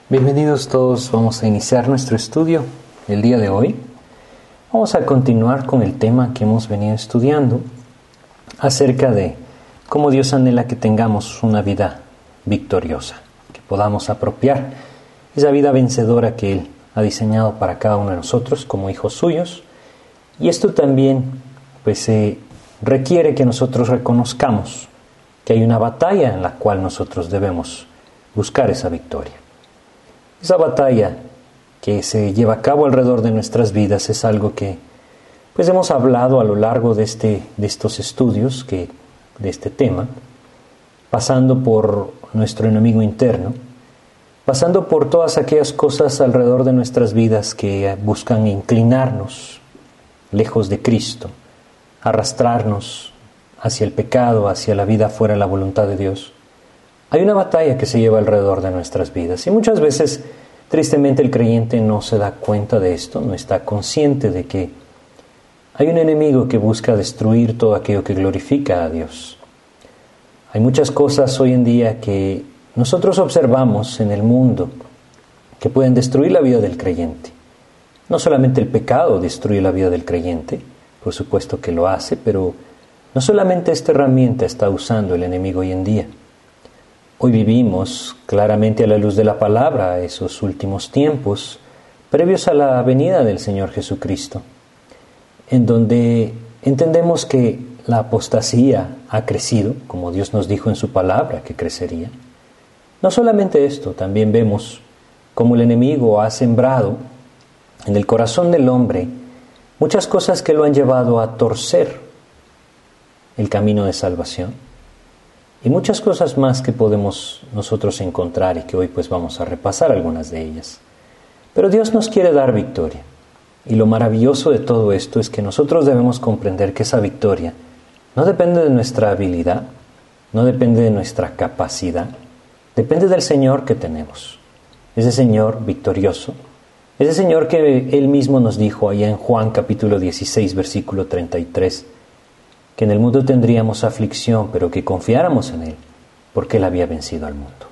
Bienvenidos todos, vamos a iniciar nuestro estudio el día de hoy. Vamos a continuar con el tema que hemos venido estudiando acerca de cómo Dios anhela que tengamos una vida victoriosa, que podamos apropiar esa vida vencedora que Él ha diseñado para cada uno de nosotros como hijos suyos. Y esto también requiere que nosotros reconozcamos que hay una batalla en la cual nosotros debemos buscar esa victoria. Esa batalla que se lleva a cabo alrededor de nuestras vidas es algo que hemos hablado a lo largo de estos estudios, de este tema, pasando por nuestro enemigo interno, pasando por todas aquellas cosas alrededor de nuestras vidas que buscan inclinarnos lejos de Cristo, arrastrarnos hacia el pecado, hacia la vida fuera de la voluntad de Dios. Hay una batalla que se lleva alrededor de nuestras vidas y muchas veces, tristemente, el creyente no se da cuenta de esto, no está consciente de que hay un enemigo que busca destruir todo aquello que glorifica a Dios. Hay muchas cosas hoy en día que nosotros observamos en el mundo que pueden destruir la vida del creyente. No solamente el pecado destruye la vida del creyente, por supuesto que lo hace, pero no solamente esta herramienta está usando el enemigo hoy en día. Hoy vivimos claramente a la luz de la palabra esos últimos tiempos previos a la venida del Señor Jesucristo, en donde entendemos que la apostasía ha crecido, como Dios nos dijo en su palabra que crecería. No solamente esto, también vemos cómo el enemigo ha sembrado en el corazón del hombre muchas cosas que lo han llevado a torcer el camino de salvación. Y muchas cosas más que podemos nosotros encontrar y que hoy vamos a repasar algunas de ellas. Pero Dios nos quiere dar victoria. Y lo maravilloso de todo esto es que nosotros debemos comprender que esa victoria no depende de nuestra habilidad, no depende de nuestra capacidad, depende del Señor que tenemos. Ese Señor victorioso, ese Señor que Él mismo nos dijo allá en Juan capítulo 16, versículo 33, que en el mundo tendríamos aflicción, pero que confiáramos en Él, porque Él había vencido al mundo.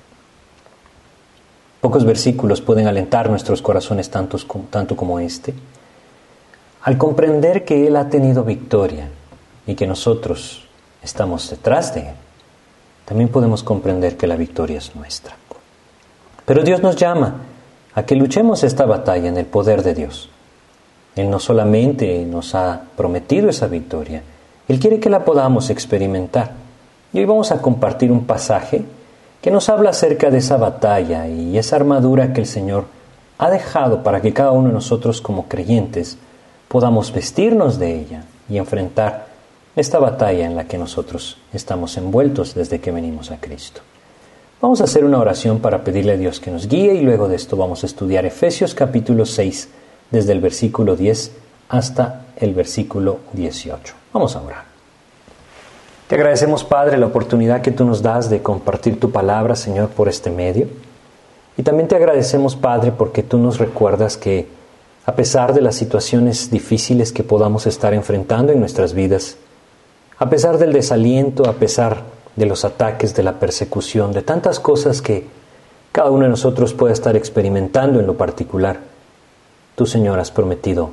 Pocos versículos pueden alentar nuestros corazones tanto como este, al comprender que Él ha tenido victoria y que nosotros estamos detrás de Él. También podemos comprender que la victoria es nuestra. Pero Dios nos llama a que luchemos esta batalla en el poder de Dios. Él no solamente nos ha prometido esa victoria, Él quiere que la podamos experimentar. Y hoy vamos a compartir un pasaje que nos habla acerca de esa batalla y esa armadura que el Señor ha dejado para que cada uno de nosotros como creyentes podamos vestirnos de ella y enfrentar esta batalla en la que nosotros estamos envueltos desde que venimos a Cristo. Vamos a hacer una oración para pedirle a Dios que nos guíe y luego de esto vamos a estudiar Efesios capítulo 6 desde el versículo 10 hasta el versículo 18. Vamos a orar. Te agradecemos, Padre, la oportunidad que tú nos das de compartir tu palabra, Señor, por este medio. Y también te agradecemos, Padre, porque tú nos recuerdas que a pesar de las situaciones difíciles que podamos estar enfrentando en nuestras vidas, a pesar del desaliento, a pesar de los ataques, de la persecución, de tantas cosas que cada uno de nosotros puede estar experimentando en lo particular, tú, Señor, has prometido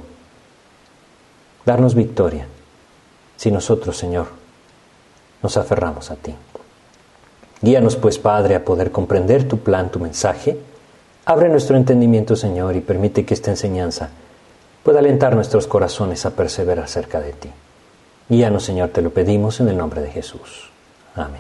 darnos victoria si nosotros, Señor, nos aferramos a ti. Guíanos, pues, Padre, a poder comprender tu plan, tu mensaje. Abre nuestro entendimiento, Señor, y permite que esta enseñanza pueda alentar nuestros corazones a perseverar cerca de ti. Guíanos, Señor, te lo pedimos en el nombre de Jesús. Amén.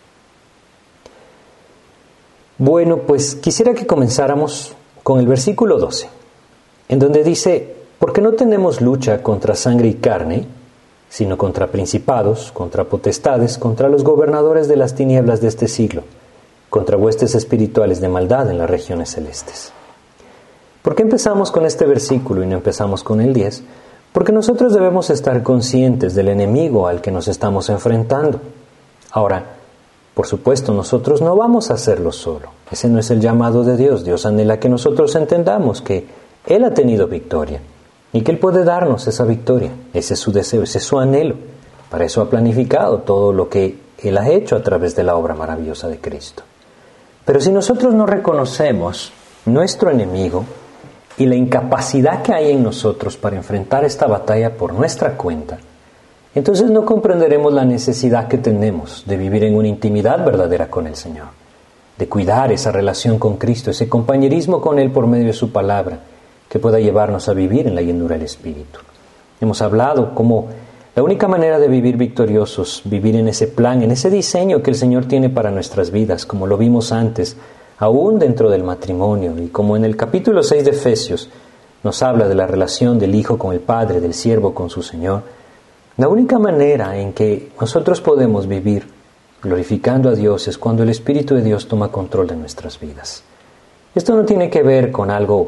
Bueno, pues quisiera que comenzáramos con el versículo 12, en donde dice: porque no tenemos lucha contra sangre y carne, sino contra principados, contra potestades, contra los gobernadores de las tinieblas de este siglo, contra huestes espirituales de maldad en las regiones celestes. ¿Por qué empezamos con este versículo y no empezamos con el 10? Porque nosotros debemos estar conscientes del enemigo al que nos estamos enfrentando. Ahora, por supuesto, nosotros no vamos a hacerlo solo. Ese no es el llamado de Dios. Dios anhela que nosotros entendamos que Él ha tenido victoria y que Él puede darnos esa victoria. Ese es su deseo, ese es su anhelo. Para eso ha planificado todo lo que Él ha hecho a través de la obra maravillosa de Cristo. Pero si nosotros no reconocemos nuestro enemigo y la incapacidad que hay en nosotros para enfrentar esta batalla por nuestra cuenta, entonces no comprenderemos la necesidad que tenemos de vivir en una intimidad verdadera con el Señor, de cuidar esa relación con Cristo, ese compañerismo con Él por medio de su palabra, que pueda llevarnos a vivir en la llenura del Espíritu. Hemos hablado cómo la única manera de vivir victoriosos, vivir en ese plan, en ese diseño que el Señor tiene para nuestras vidas, como lo vimos antes, aún dentro del matrimonio, y como en el capítulo 6 de Efesios nos habla de la relación del Hijo con el Padre, del siervo con su Señor. La única manera en que nosotros podemos vivir glorificando a Dios es cuando el Espíritu de Dios toma control de nuestras vidas. Esto no tiene que ver con algo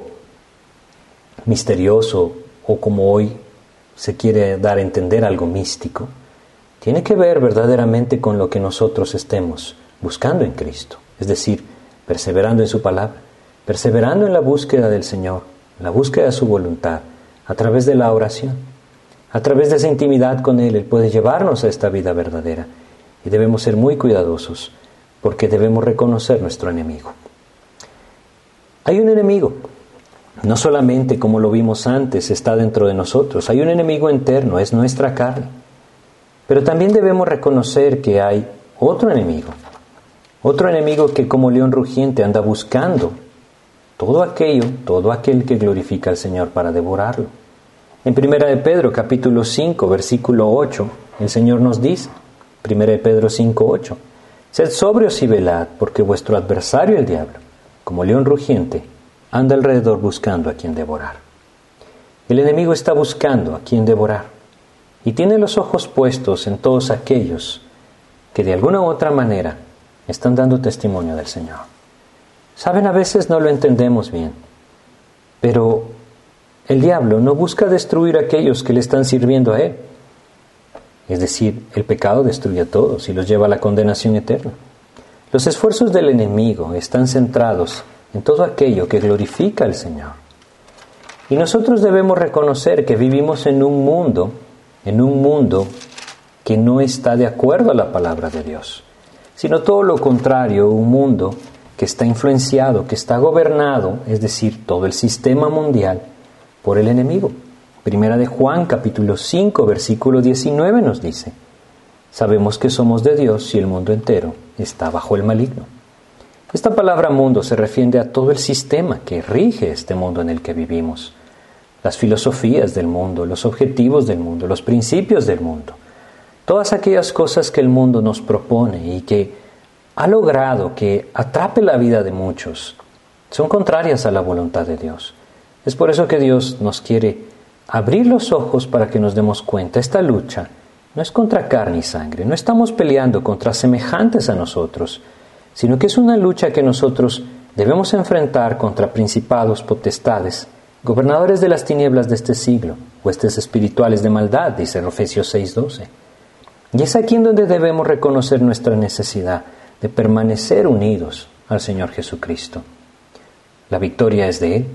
misterioso o como hoy se quiere dar a entender algo místico. Tiene que ver verdaderamente con lo que nosotros estemos buscando en Cristo, es decir, perseverando en su palabra, perseverando en la búsqueda del Señor, en la búsqueda de su voluntad, a través de la oración. A través de esa intimidad con Él, Él puede llevarnos a esta vida verdadera. Y debemos ser muy cuidadosos, porque debemos reconocer nuestro enemigo. Hay un enemigo, no solamente como lo vimos antes, está dentro de nosotros. Hay un enemigo interno, es nuestra carne. Pero también debemos reconocer que hay otro enemigo que como león rugiente anda buscando todo aquel que glorifica al Señor para devorarlo. En 1 de Pedro, capítulo 5, versículo 8, el Señor nos dice, 1 de Pedro 5, 8, sed sobrios y velad, porque vuestro adversario el diablo, como león rugiente, anda alrededor buscando a quien devorar. El enemigo está buscando a quien devorar y tiene los ojos puestos en todos aquellos que de alguna u otra manera están dando testimonio del Señor. Saben, a veces no lo entendemos bien, pero el diablo no busca destruir a aquellos que le están sirviendo a él. Es decir, el pecado destruye a todos y los lleva a la condenación eterna. Los esfuerzos del enemigo están centrados en todo aquello que glorifica al Señor. Y nosotros debemos reconocer que vivimos en un mundo que no está de acuerdo a la palabra de Dios, sino todo lo contrario, un mundo que está influenciado, que está gobernado, es decir, todo el sistema mundial, por el enemigo. Primera de Juan, capítulo 5, versículo 19 nos dice, sabemos que somos de Dios y el mundo entero está bajo el maligno. Esta palabra mundo se refiere a todo el sistema que rige este mundo en el que vivimos, las filosofías del mundo, los objetivos del mundo, los principios del mundo, todas aquellas cosas que el mundo nos propone y que ha logrado que atrape la vida de muchos, son contrarias a la voluntad de Dios. Es por eso que Dios nos quiere abrir los ojos para que nos demos cuenta. Esta lucha no es contra carne y sangre, no estamos peleando contra semejantes a nosotros, sino que es una lucha que nosotros debemos enfrentar contra principados, potestades, gobernadores de las tinieblas de este siglo, huestes espirituales de maldad, dice Efesios 6:12. Y es aquí en donde debemos reconocer nuestra necesidad de permanecer unidos al Señor Jesucristo. La victoria es de Él.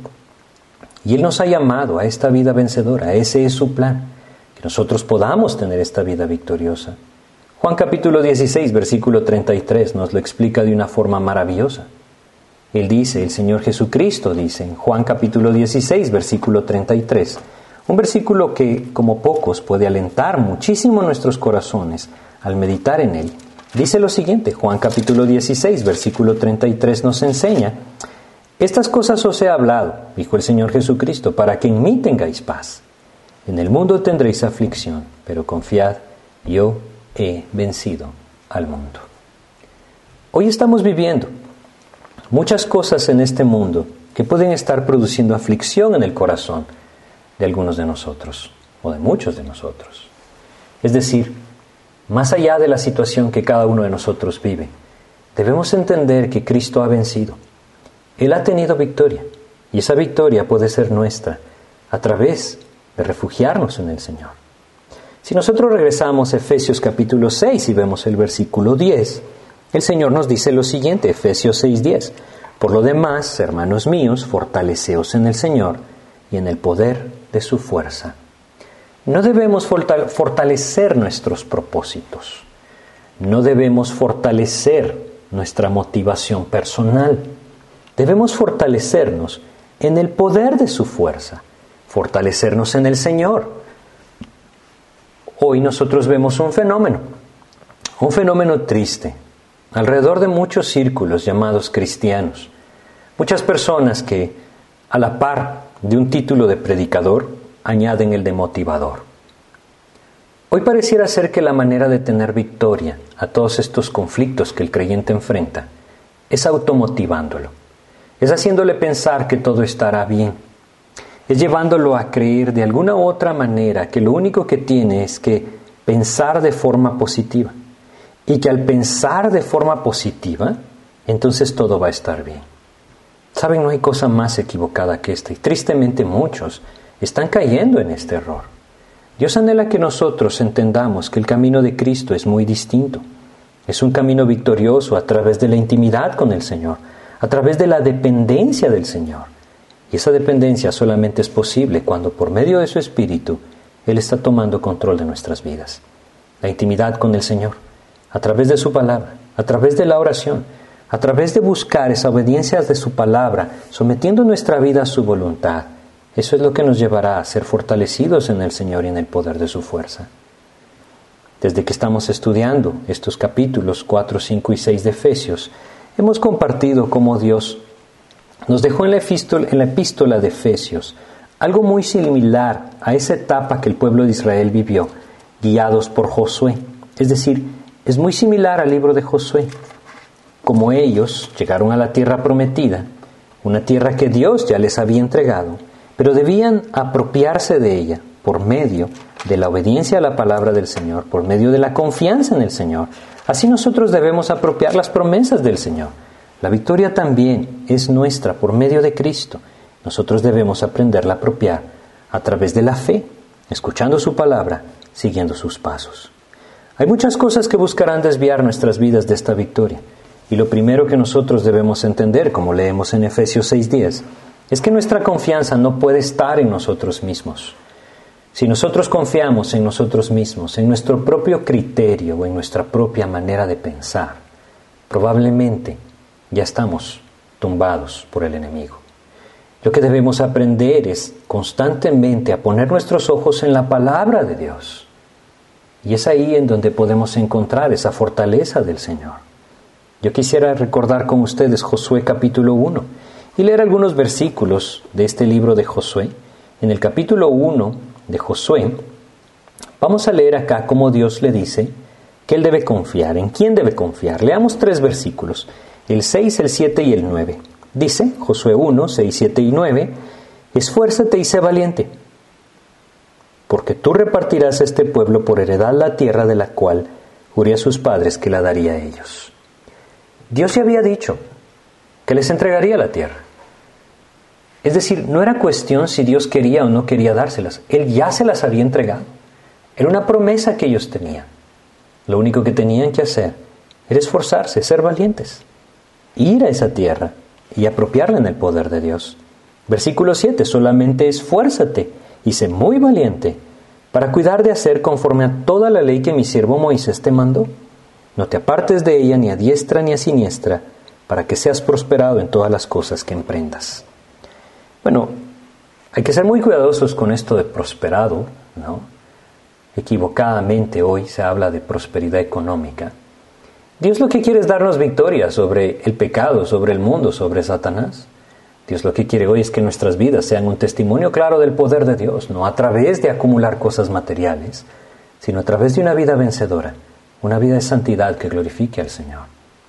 Y Él nos ha llamado a esta vida vencedora. Ese es su plan, que nosotros podamos tener esta vida victoriosa. Juan capítulo 16, versículo 33 nos lo explica de una forma maravillosa. Él dice, el Señor Jesucristo dice en Juan capítulo 16, versículo 33, un versículo que, como pocos, puede alentar muchísimo nuestros corazones al meditar en él. Dice lo siguiente, Juan capítulo 16, versículo 33 nos enseña, estas cosas os he hablado, dijo el Señor Jesucristo, para que en mí tengáis paz. En el mundo tendréis aflicción, pero confiad, yo he vencido al mundo. Hoy estamos viviendo muchas cosas en este mundo que pueden estar produciendo aflicción en el corazón de algunos de nosotros, o de muchos de nosotros. Es decir, más allá de la situación que cada uno de nosotros vive, debemos entender que Cristo ha vencido. Él ha tenido victoria, y esa victoria puede ser nuestra a través de refugiarnos en el Señor. Si nosotros regresamos a Efesios capítulo 6 y vemos el versículo 10, el Señor nos dice lo siguiente, Efesios 6:10, por lo demás, hermanos míos, fortaleceos en el Señor y en el poder de su fuerza. No debemos fortalecer nuestros propósitos, no debemos fortalecer nuestra motivación personal. Debemos fortalecernos en el poder de su fuerza, fortalecernos en el Señor. Hoy nosotros vemos un fenómeno triste, alrededor de muchos círculos llamados cristianos. Muchas personas que, a la par de un título de predicador, añaden el de motivador. Hoy pareciera ser que la manera de tener victoria a todos estos conflictos que el creyente enfrenta es automotivándolo, es haciéndole pensar que todo estará bien, es llevándolo a creer de alguna u otra manera que lo único que tiene es que pensar de forma positiva y que al pensar de forma positiva, entonces todo va a estar bien. Saben, no hay cosa más equivocada que esta y tristemente muchos están cayendo en este error. Dios anhela que nosotros entendamos que el camino de Cristo es muy distinto. Es un camino victorioso a través de la intimidad con el Señor, a través de la dependencia del Señor. Y esa dependencia solamente es posible cuando por medio de su Espíritu Él está tomando control de nuestras vidas. La intimidad con el Señor, a través de su palabra, a través de la oración, a través de buscar esa obediencia de su palabra, sometiendo nuestra vida a su voluntad. Eso es lo que nos llevará a ser fortalecidos en el Señor y en el poder de su fuerza. Desde que estamos estudiando estos capítulos 4, 5 y 6 de Efesios, hemos compartido cómo Dios nos dejó en la epístola de Efesios algo muy similar a esa etapa que el pueblo de Israel vivió, guiados por Josué. Es decir, es muy similar al libro de Josué. Como ellos llegaron a la tierra prometida, una tierra que Dios ya les había entregado, pero debían apropiarse de ella por medio de la obediencia a la palabra del Señor, por medio de la confianza en el Señor. Así nosotros debemos apropiar las promesas del Señor. La victoria también es nuestra por medio de Cristo. Nosotros debemos aprenderla a apropiar a través de la fe, escuchando su palabra, siguiendo sus pasos. Hay muchas cosas que buscarán desviar nuestras vidas de esta victoria. Y lo primero que nosotros debemos entender, como leemos en Efesios 6:10, es que nuestra confianza no puede estar en nosotros mismos. Si nosotros confiamos en nosotros mismos, en nuestro propio criterio o en nuestra propia manera de pensar, probablemente ya estamos tumbados por el enemigo. Lo que debemos aprender es constantemente a poner nuestros ojos en la palabra de Dios. Y es ahí en donde podemos encontrar esa fortaleza del Señor. Yo quisiera recordar con ustedes Josué capítulo 1 y leer algunos versículos de este libro de Josué. En el capítulo 1 de Josué, vamos a leer acá cómo Dios le dice que él debe confiar, en quién debe confiar. Leamos 3 versículos, el 6, el 7 y el 9. Dice Josué 1, 6, 7 y 9, esfuérzate y sé valiente, porque tú repartirás a este pueblo por heredad la tierra de la cual juré a sus padres que la daría a ellos. Dios ya había dicho que les entregaría la tierra. Es decir, no era cuestión si Dios quería o no quería dárselas. Él ya se las había entregado. Era una promesa que ellos tenían. Lo único que tenían que hacer era esforzarse, ser valientes, ir a esa tierra y apropiarla en el poder de Dios. Versículo 7, solamente esfuérzate y sé muy valiente para cuidar de hacer conforme a toda la ley que mi siervo Moisés te mandó. No te apartes de ella ni a diestra ni a siniestra, para que seas prosperado en todas las cosas que emprendas. Bueno, hay que ser muy cuidadosos con esto de prosperado, ¿no? Equivocadamente hoy se habla de prosperidad económica. Dios lo que quiere es darnos victoria sobre el pecado, sobre el mundo, sobre Satanás. Dios lo que quiere hoy es que nuestras vidas sean un testimonio claro del poder de Dios, no a través de acumular cosas materiales, sino a través de una vida vencedora, una vida de santidad que glorifique al Señor.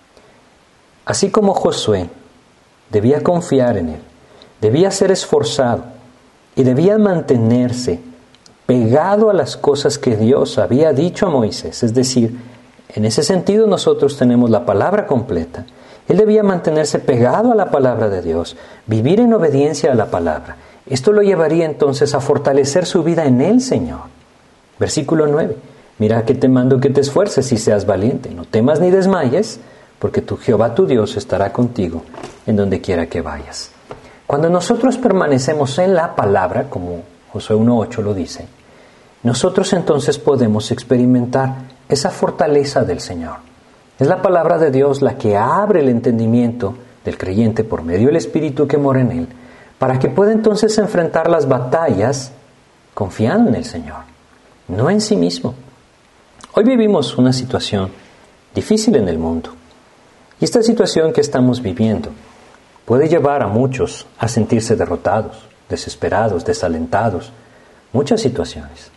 Así como Josué debía confiar en Él, debía ser esforzado y debía mantenerse pegado a las cosas que Dios había dicho a Moisés, es decir, en ese sentido nosotros tenemos la palabra completa. Él debía mantenerse pegado a la palabra de Dios, vivir en obediencia a la palabra. Esto lo llevaría entonces a fortalecer su vida en el Señor. Versículo 9. Mira que te mando que te esfuerces y seas valiente. No temas ni desmayes, porque tu Jehová tu Dios estará contigo en donde quiera que vayas. Cuando nosotros permanecemos en la palabra, como Josué 1:8 lo dice, nosotros entonces podemos experimentar esa fortaleza del Señor. Es la palabra de Dios la que abre el entendimiento del creyente por medio del Espíritu que mora en él, para que pueda entonces enfrentar las batallas confiando en el Señor, no en sí mismo. Hoy vivimos una situación difícil en el mundo, y esta situación que estamos viviendo puede llevar a muchos a sentirse derrotados, desesperados, desalentados, muchas situaciones.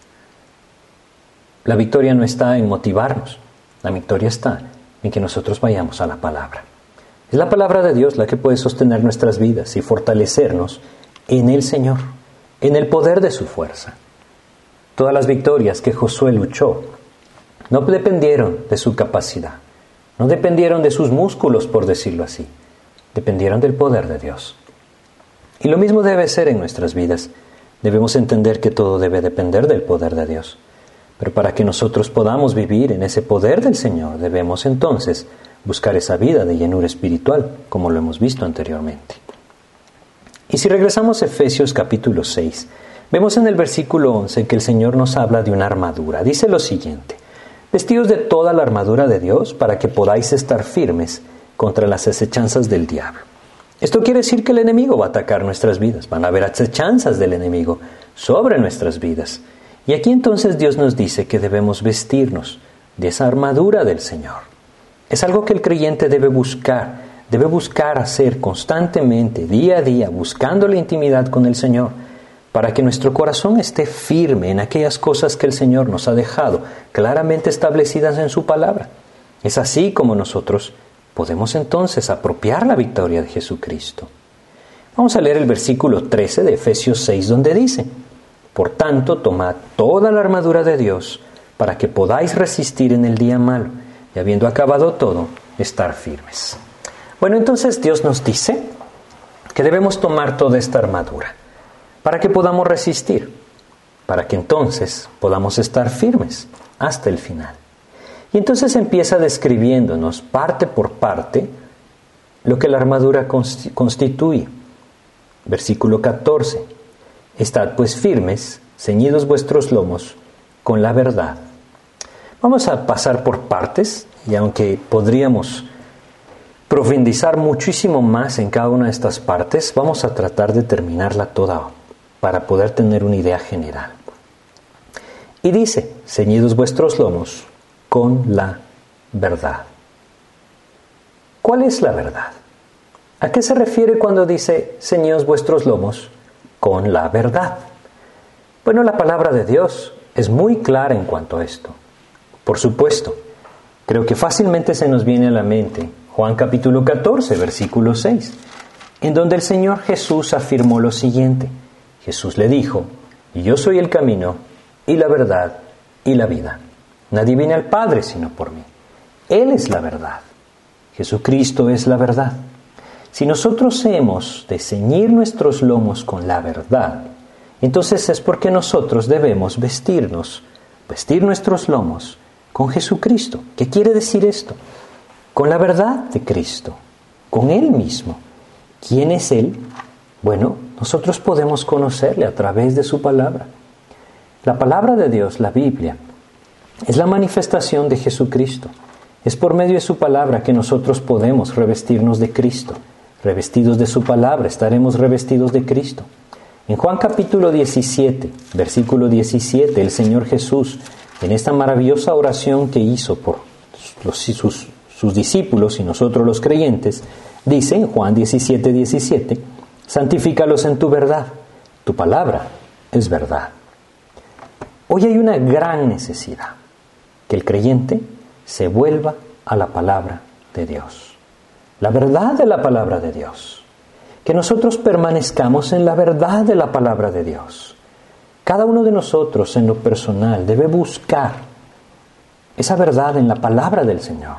La victoria no está en motivarnos, la victoria está en que nosotros vayamos a la palabra. Es la palabra de Dios la que puede sostener nuestras vidas y fortalecernos en el Señor, en el poder de su fuerza. Todas las victorias que Josué luchó no dependieron de su capacidad, no dependieron de sus músculos, por decirlo así, dependieron del poder de Dios. Y lo mismo debe ser en nuestras vidas. Debemos entender que todo debe depender del poder de Dios. Pero para que nosotros podamos vivir en ese poder del Señor, debemos entonces buscar esa vida de llenura espiritual, como lo hemos visto anteriormente. Y si regresamos a Efesios capítulo 6, vemos en el versículo 11 que el Señor nos habla de una armadura. Dice lo siguiente: vestidos de toda la armadura de Dios para que podáis estar firmes contra las acechanzas del diablo. Esto quiere decir que el enemigo va a atacar nuestras vidas, van a haber acechanzas del enemigo sobre nuestras vidas. Y aquí entonces Dios nos dice que debemos vestirnos de esa armadura del Señor. Es algo que el creyente debe buscar hacer constantemente, día a día, buscando la intimidad con el Señor, para que nuestro corazón esté firme en aquellas cosas que el Señor nos ha dejado claramente establecidas en su palabra. Es así como nosotros podemos entonces apropiar la victoria de Jesucristo. Vamos a leer el versículo 13 de Efesios 6, donde dice: por tanto, tomad toda la armadura de Dios para que podáis resistir en el día malo, y habiendo acabado todo, estar firmes. Bueno, entonces Dios nos dice que debemos tomar toda esta armadura para que podamos resistir, para que entonces podamos estar firmes hasta el final. Y entonces empieza describiéndonos parte por parte lo que la armadura constituye. Versículo 14: estad pues firmes, ceñidos vuestros lomos con la verdad. Vamos a pasar por partes, y aunque podríamos profundizar muchísimo más en cada una de estas partes, vamos a tratar de terminarla toda para poder tener una idea general. Y dice: ceñidos vuestros lomos con la verdad. ¿Cuál es la verdad? ¿A qué se refiere cuando dice ceñidos vuestros lomos con la verdad? Bueno, la palabra de Dios es muy clara en cuanto a esto. Por supuesto, creo que fácilmente se nos viene a la mente Juan capítulo 14, versículo 6, en donde el Señor Jesús afirmó lo siguiente. Jesús le dijo: yo soy el camino y la verdad y la vida. Nadie viene al Padre sino por mí. Él es la verdad. Jesucristo es la verdad. Si nosotros hemos de ceñir nuestros lomos con la verdad, entonces es porque nosotros debemos vestir nuestros lomos con Jesucristo. ¿Qué quiere decir esto? Con la verdad de Cristo, con Él mismo. ¿Quién es Él? Bueno, nosotros podemos conocerle a través de su palabra. La palabra de Dios, la Biblia, es la manifestación de Jesucristo. Es por medio de su palabra que nosotros podemos revestirnos de Cristo. Revestidos de su palabra, estaremos revestidos de Cristo. En Juan capítulo 17, versículo 17, el Señor Jesús, en esta maravillosa oración que hizo por sus discípulos y nosotros los creyentes, dice en Juan 17, 17, santifícalos en tu verdad, tu palabra es verdad. Hoy hay una gran necesidad, que el creyente se vuelva a la palabra de Dios. La verdad de la palabra de Dios. Que nosotros permanezcamos en la verdad de la palabra de Dios. Cada uno de nosotros en lo personal debe buscar esa verdad en la palabra del Señor.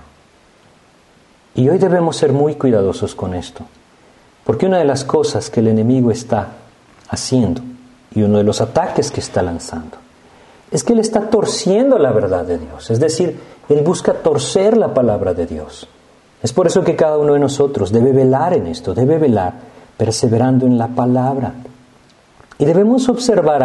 Y hoy debemos ser muy cuidadosos con esto. Porque una de las cosas que el enemigo está haciendo y uno de los ataques que está lanzando es que él está torciendo la verdad de Dios. Es decir, él busca torcer la palabra de Dios. Es por eso que cada uno de nosotros debe velar en esto, debe velar perseverando en la palabra. Y debemos observar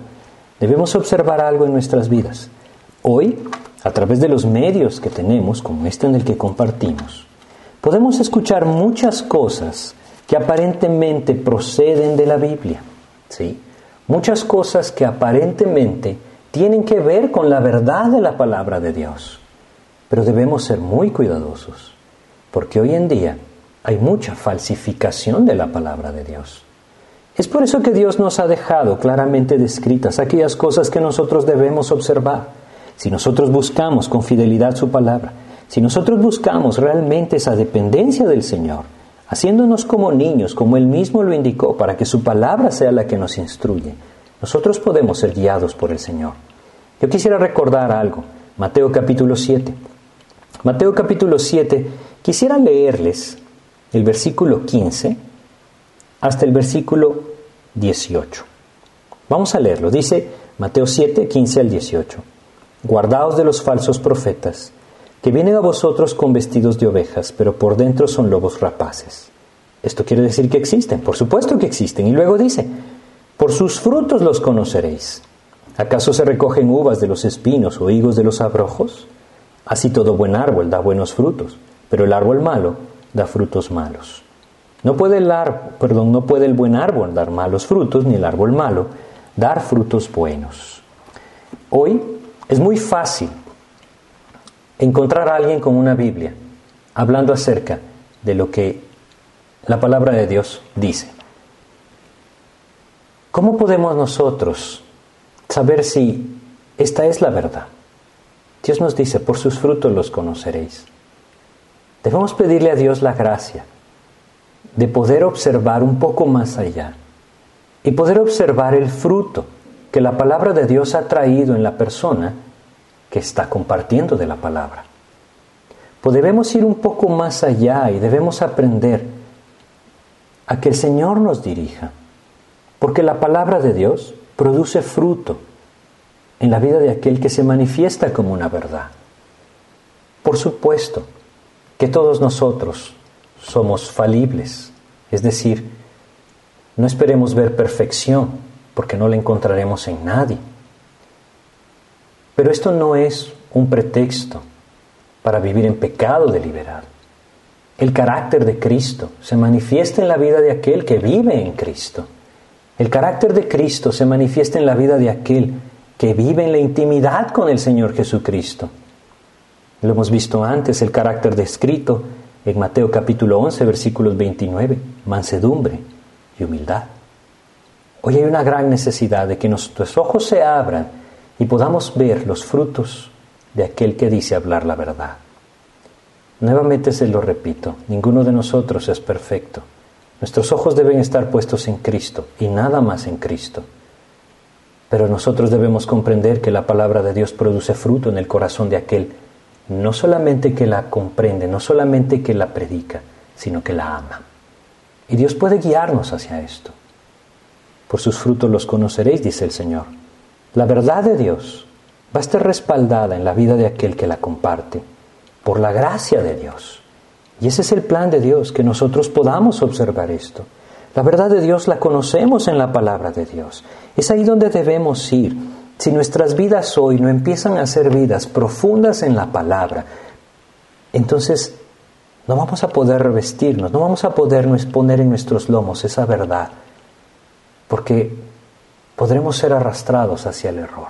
algo en nuestras vidas. Hoy, a través de los medios que tenemos, como este en el que compartimos, podemos escuchar muchas cosas que aparentemente proceden de la Biblia, ¿sí? Muchas cosas que aparentemente tienen que ver con la verdad de la palabra de Dios. Pero debemos ser muy cuidadosos, porque hoy en día hay mucha falsificación de la palabra de Dios. Es por eso que Dios nos ha dejado claramente descritas aquellas cosas que nosotros debemos observar. Si nosotros buscamos con fidelidad su palabra, si nosotros buscamos realmente esa dependencia del Señor, haciéndonos como niños, como Él mismo lo indicó, para que su palabra sea la que nos instruye, nosotros podemos ser guiados por el Señor. Yo quisiera recordar algo, Mateo capítulo 7. Mateo capítulo 7, quisiera leerles el versículo 15 hasta el versículo 18. Vamos a leerlo. Dice Mateo 7, 15 al 18. Guardaos de los falsos profetas, que vienen a vosotros con vestidos de ovejas, pero por dentro son lobos rapaces. Esto quiere decir que existen, por supuesto que existen. Y luego dice, por sus frutos los conoceréis. ¿Acaso se recogen uvas de los espinos o higos de los abrojos? Así todo buen árbol da buenos frutos, pero el árbol malo da frutos malos. No puede el buen árbol dar malos frutos, ni el árbol malo dar frutos buenos. Hoy es muy fácil encontrar a alguien con una Biblia hablando acerca de lo que la palabra de Dios dice. ¿Cómo podemos nosotros saber si esta es la verdad? Dios nos dice, por sus frutos los conoceréis. Debemos pedirle a Dios la gracia de poder observar un poco más allá y poder observar el fruto que la palabra de Dios ha traído en la persona que está compartiendo de la palabra. Pues debemos ir un poco más allá y debemos aprender a que el Señor nos dirija, porque la palabra de Dios produce fruto en la vida de aquel que se manifiesta como una verdad. Por supuesto que todos nosotros somos falibles, es decir, no esperemos ver perfección, porque no la encontraremos en nadie. Pero esto no es un pretexto para vivir en pecado deliberado. El carácter de Cristo se manifiesta en la vida de aquel que vive en Cristo. El carácter de Cristo se manifiesta en la vida de aquel que vive en la intimidad con el Señor Jesucristo. Lo hemos visto antes, el carácter descrito en Mateo capítulo 11, versículos 29, mansedumbre y humildad. Hoy hay una gran necesidad de que nuestros ojos se abran y podamos ver los frutos de aquel que dice hablar la verdad. Nuevamente se lo repito, ninguno de nosotros es perfecto. Nuestros ojos deben estar puestos en Cristo y nada más en Cristo. Pero nosotros debemos comprender que la palabra de Dios produce fruto en el corazón de aquel, no solamente que la comprende, no solamente que la predica, sino que la ama. Y Dios puede guiarnos hacia esto. Por sus frutos los conoceréis, dice el Señor. La verdad de Dios va a estar respaldada en la vida de aquel que la comparte, por la gracia de Dios. Y ese es el plan de Dios, que nosotros podamos observar esto. La verdad de Dios la conocemos en la palabra de Dios. Es ahí donde debemos ir. Si nuestras vidas hoy no empiezan a ser vidas profundas en la palabra, entonces no vamos a poder revestirnos, no vamos a poder poner en nuestros lomos esa verdad, porque podremos ser arrastrados hacia el error.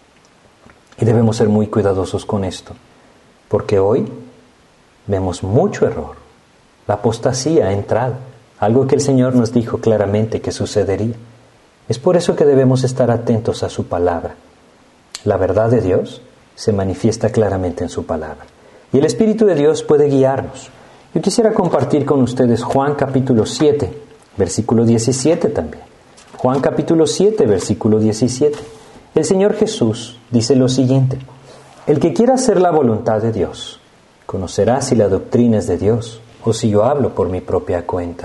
Y debemos ser muy cuidadosos con esto, porque hoy vemos mucho error. La apostasía ha entrado, algo que el Señor nos dijo claramente que sucedería. Es por eso que debemos estar atentos a su palabra. La verdad de Dios se manifiesta claramente en su palabra. Y el Espíritu de Dios puede guiarnos. Yo quisiera compartir con ustedes Juan capítulo 7, versículo 17 también. Juan capítulo 7, versículo 17. El Señor Jesús dice lo siguiente: el que quiera hacer la voluntad de Dios, conocerá si la doctrina es de Dios o si yo hablo por mi propia cuenta.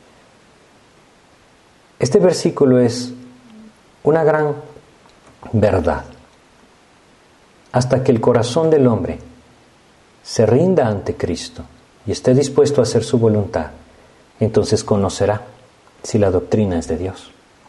Este versículo es una gran verdad. Hasta que el corazón del hombre se rinda ante Cristo y esté dispuesto a hacer su voluntad, entonces conocerá si la doctrina es de Dios.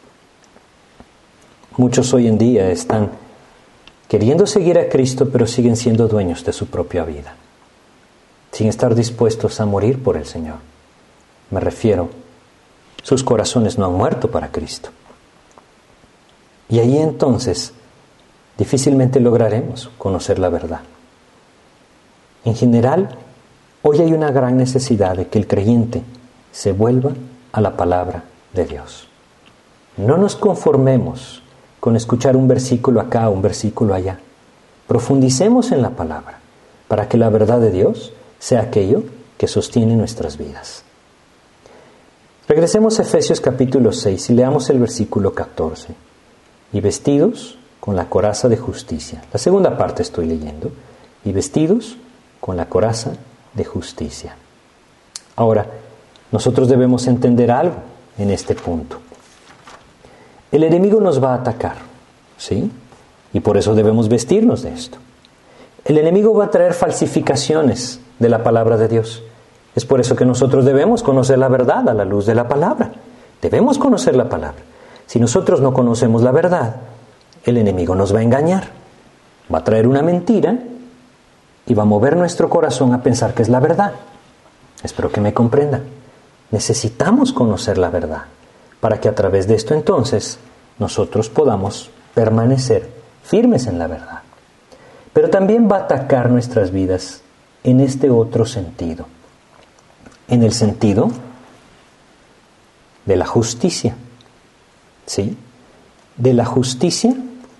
Muchos hoy en día están queriendo seguir a Cristo, pero siguen siendo dueños de su propia vida. sin estar dispuestos a morir por el Señor. Me refiero, sus corazones no han muerto para Cristo. Y ahí entonces difícilmente lograremos conocer la verdad. En general, hoy hay una gran necesidad de que el creyente se vuelva a la palabra de Dios. No nos conformemos con escuchar un versículo acá, un versículo allá. Profundicemos en la palabra para que la verdad de Dios sea aquello que sostiene nuestras vidas. Regresemos a Efesios capítulo 6 y leamos el versículo 14. Y vestidos con la coraza de justicia. La segunda parte estoy leyendo. Y vestidos con la coraza de justicia. Ahora, nosotros debemos entender algo en este punto. El enemigo nos va a atacar, ¿sí? Y por eso debemos vestirnos de esto. El enemigo va a traer falsificaciones de la palabra de Dios. Es por eso que nosotros debemos conocer la verdad a la luz de la palabra. Debemos conocer la palabra. Si nosotros no conocemos la verdad, el enemigo nos va a engañar. Va a traer una mentira y va a mover nuestro corazón a pensar que es la verdad. Espero que me comprendan. Necesitamos conocer la verdad para que a través de esto entonces nosotros podamos permanecer firmes en la verdad. Pero también va a atacar nuestras vidas en este otro sentido. En el sentido de la justicia. ¿Sí? ¿De la justicia?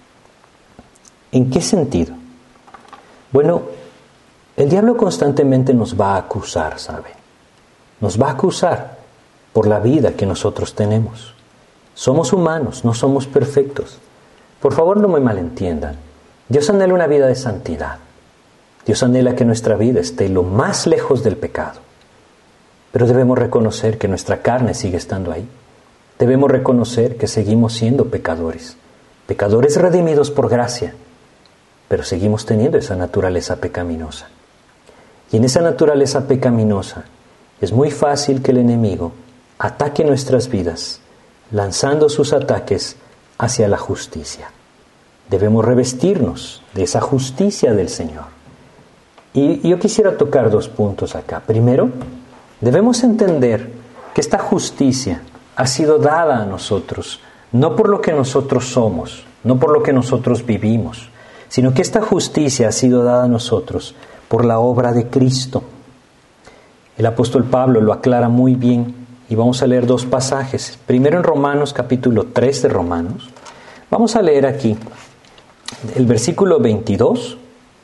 ¿En qué sentido? Bueno, el diablo constantemente nos va a acusar, ¿sabe? Nos va a acusar por la vida que nosotros tenemos. Somos humanos, no somos perfectos. Por favor, no me malentiendan. Dios anhela una vida de santidad. Dios anhela que nuestra vida esté lo más lejos del pecado. Pero debemos reconocer que nuestra carne sigue estando ahí. Debemos reconocer que seguimos siendo pecadores. Pecadores redimidos por gracia. Pero seguimos teniendo esa naturaleza pecaminosa. Y en esa naturaleza pecaminosa es muy fácil que el enemigo ataque nuestras vidas, lanzando sus ataques hacia la justicia. Debemos revestirnos de esa justicia del Señor. Y yo quisiera tocar 2 puntos acá. Primero, debemos entender que esta justicia ha sido dada a nosotros, no por lo que nosotros somos, no por lo que nosotros vivimos, sino que esta justicia ha sido dada a nosotros por la obra de Cristo. El apóstol Pablo lo aclara muy bien y vamos a leer 2 pasajes. Primero en Romanos, capítulo 3 de Romanos. Vamos a leer aquí el versículo 21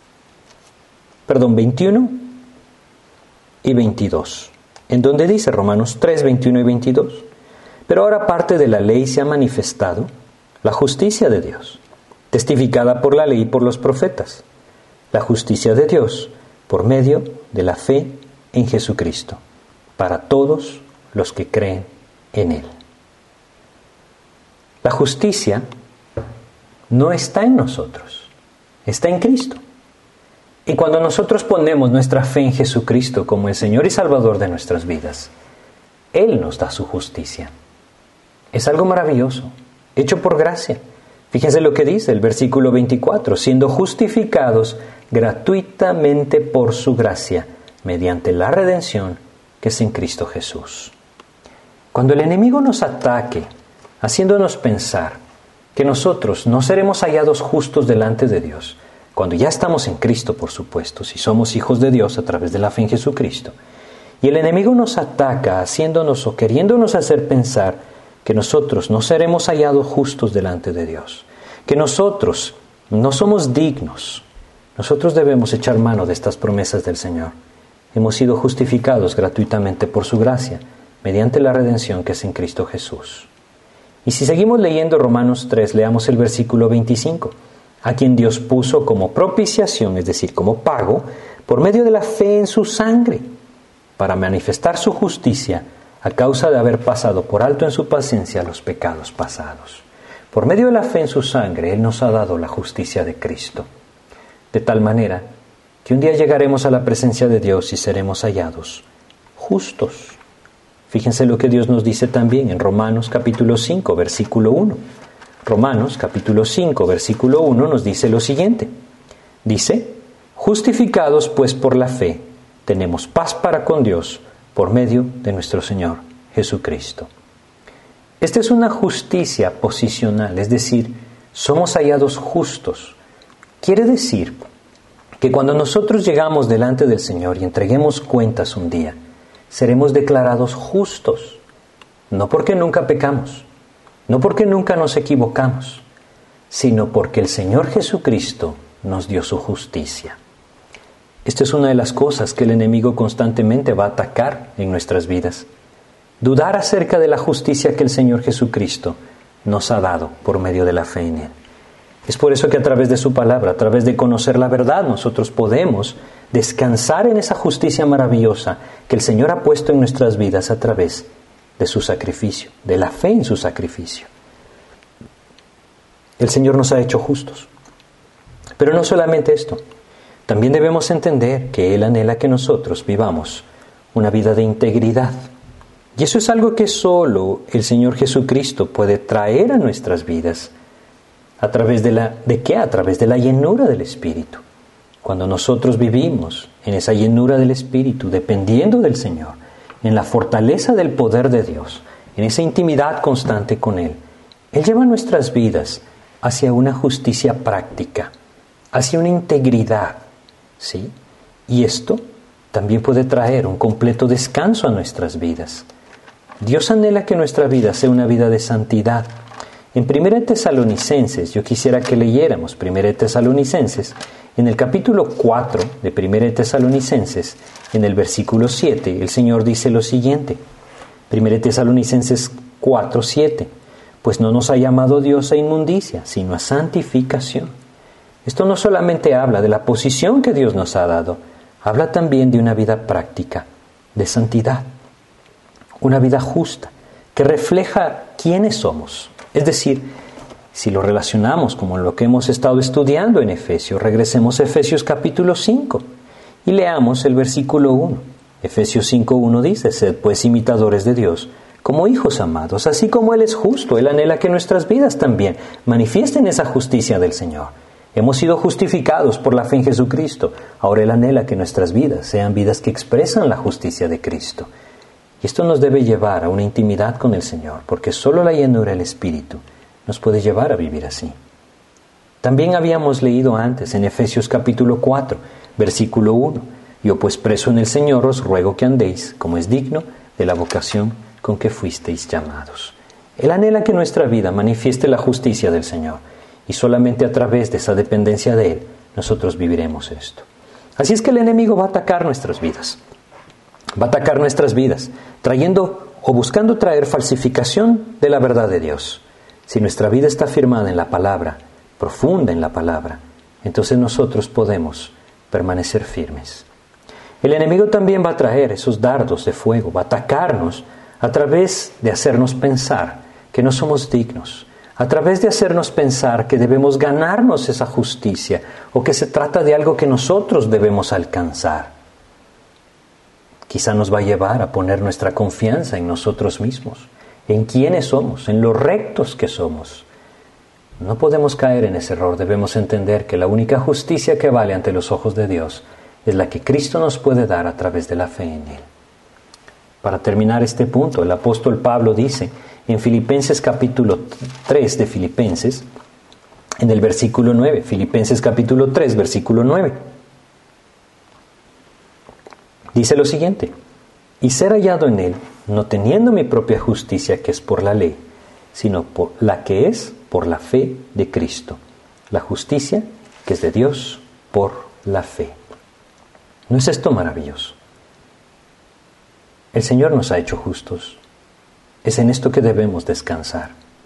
y 22, en donde dice Romanos 3, 21 y 22. Pero ahora parte de la ley se ha manifestado la justicia de Dios, testificada por la ley y por los profetas, la justicia de Dios por medio de la fe en Jesucristo, para todos los que creen en Él. La justicia no está en nosotros, está en Cristo. Y cuando nosotros ponemos nuestra fe en Jesucristo como el Señor y Salvador de nuestras vidas, Él nos da su justicia. Es algo maravilloso, hecho por gracia. Fíjense lo que dice el versículo 24, siendo justificados gratuitamente por su gracia, mediante la redención que es en Cristo Jesús. Cuando el enemigo nos ataque, haciéndonos pensar que nosotros no seremos hallados justos delante de Dios, cuando ya estamos en Cristo, por supuesto, si somos hijos de Dios a través de la fe en Jesucristo, y el enemigo nos ataca haciéndonos o queriéndonos hacer pensar que nosotros no seremos hallados justos delante de Dios, que nosotros no somos dignos, nosotros debemos echar mano de estas promesas del Señor. Hemos sido justificados gratuitamente por su gracia, mediante la redención que es en Cristo Jesús. Y si seguimos leyendo Romanos 3, leamos el versículo 25, a quien Dios puso como propiciación, es decir, como pago, por medio de la fe en su sangre, para manifestar su justicia a causa de haber pasado por alto en su paciencia los pecados pasados. Por medio de la fe en su sangre, Él nos ha dado la justicia de Cristo, de tal manera que un día llegaremos a la presencia de Dios y seremos hallados justos. Fíjense lo que Dios nos dice también en Romanos capítulo 5, versículo 1. Romanos capítulo 5, versículo 1 nos dice lo siguiente. Dice, justificados pues por la fe, tenemos paz para con Dios por medio de nuestro Señor Jesucristo. Esta es una justicia posicional, es decir, somos hallados justos. Quiere decir que cuando nosotros llegamos delante del Señor y entreguemos cuentas un día, seremos declarados justos, no porque nunca pecamos, no porque nunca nos equivocamos, sino porque el Señor Jesucristo nos dio su justicia. Esta es una de las cosas que el enemigo constantemente va a atacar en nuestras vidas. Dudar acerca de la justicia que el Señor Jesucristo nos ha dado por medio de la fe en Él. Es por eso que a través de su palabra, a través de conocer la verdad, nosotros podemos descansar en esa justicia maravillosa que el Señor ha puesto en nuestras vidas a través de su sacrificio, de la fe en su sacrificio. El Señor nos ha hecho justos. Pero no solamente esto, también debemos entender que Él anhela que nosotros vivamos una vida de integridad. Y eso es algo que solo el Señor Jesucristo puede traer a nuestras vidas. ¿A través de qué? A través de la llenura del Espíritu. Cuando nosotros vivimos en esa llenura del Espíritu, dependiendo del Señor, en la fortaleza del poder de Dios, en esa intimidad constante con Él, Él lleva nuestras vidas hacia una justicia práctica, hacia una integridad, ¿sí? Y esto también puede traer un completo descanso a nuestras vidas. Dios anhela que nuestra vida sea una vida de santidad. En 1 Tesalonicenses, yo quisiera que leyéramos 1 Tesalonicenses, en el capítulo 4 de 1 Tesalonicenses, en el versículo 7, el Señor dice lo siguiente, 1 Tesalonicenses 4, 7, pues no nos ha llamado Dios a inmundicia, sino a santificación. Esto no solamente habla de la posición que Dios nos ha dado, habla también de una vida práctica, de santidad. Una vida justa, que refleja quiénes somos. Es decir, si lo relacionamos con lo que hemos estado estudiando en Efesios, regresemos a Efesios capítulo 5 y leamos el versículo 1. Efesios 5:1 dice, sed pues imitadores de Dios, como hijos amados, así como Él es justo, Él anhela que nuestras vidas también manifiesten esa justicia del Señor. Hemos sido justificados por la fe en Jesucristo, ahora Él anhela que nuestras vidas sean vidas que expresan la justicia de Cristo. Y esto nos debe llevar a una intimidad con el Señor, porque solo la llenura del Espíritu nos puede llevar a vivir así. También habíamos leído antes en Efesios capítulo 4, versículo 1, yo pues preso en el Señor os ruego que andéis como es digno de la vocación con que fuisteis llamados. Él anhela que nuestra vida manifieste la justicia del Señor, y solamente a través de esa dependencia de Él nosotros viviremos esto. Así es que el enemigo va a atacar nuestras vidas. Va a atacar nuestras vidas, trayendo o buscando traer falsificación de la verdad de Dios. Si nuestra vida está firmada en la palabra, profunda en la palabra, entonces nosotros podemos permanecer firmes. El enemigo también va a traer esos dardos de fuego, va a atacarnos a través de hacernos pensar que no somos dignos, a través de hacernos pensar que debemos ganarnos esa justicia o que se trata de algo que nosotros debemos alcanzar. Quizá nos va a llevar a poner nuestra confianza en nosotros mismos, en quiénes somos, en lo rectos que somos. No podemos caer en ese error, debemos entender que la única justicia que vale ante los ojos de Dios es la que Cristo nos puede dar a través de la fe en Él. Para terminar este punto, el apóstol Pablo dice en Filipenses capítulo 3 de Filipenses, en el versículo 9, Filipenses capítulo 3, versículo 9, dice lo siguiente, y ser hallado en Él, no teniendo mi propia justicia que es por la ley, sino por la que es por la fe de Cristo, la justicia que es de Dios por la fe. ¿No es esto maravilloso? El Señor nos ha hecho justos. Es en esto que debemos descansar.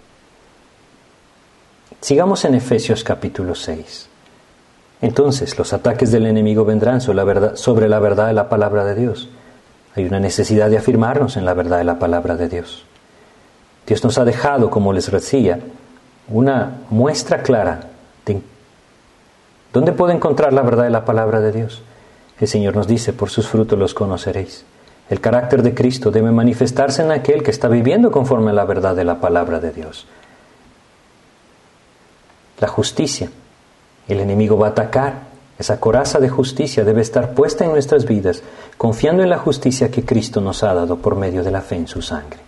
Sigamos en Efesios capítulo 6. Entonces los ataques del enemigo vendrán sobre la verdad de la palabra de Dios. Hay una necesidad de afirmarnos en la verdad de la palabra de Dios. Dios nos ha dejado, como les decía, una muestra clara de dónde puedo encontrar la verdad de la palabra de Dios. El Señor nos dice, por sus frutos los conoceréis. El carácter de Cristo debe manifestarse en aquel que está viviendo conforme a la verdad de la palabra de Dios. La justicia. El enemigo va a atacar Esa coraza de justicia debe estar puesta en nuestras vidas, confiando en la justicia que Cristo nos ha dado por medio de la fe en su sangre.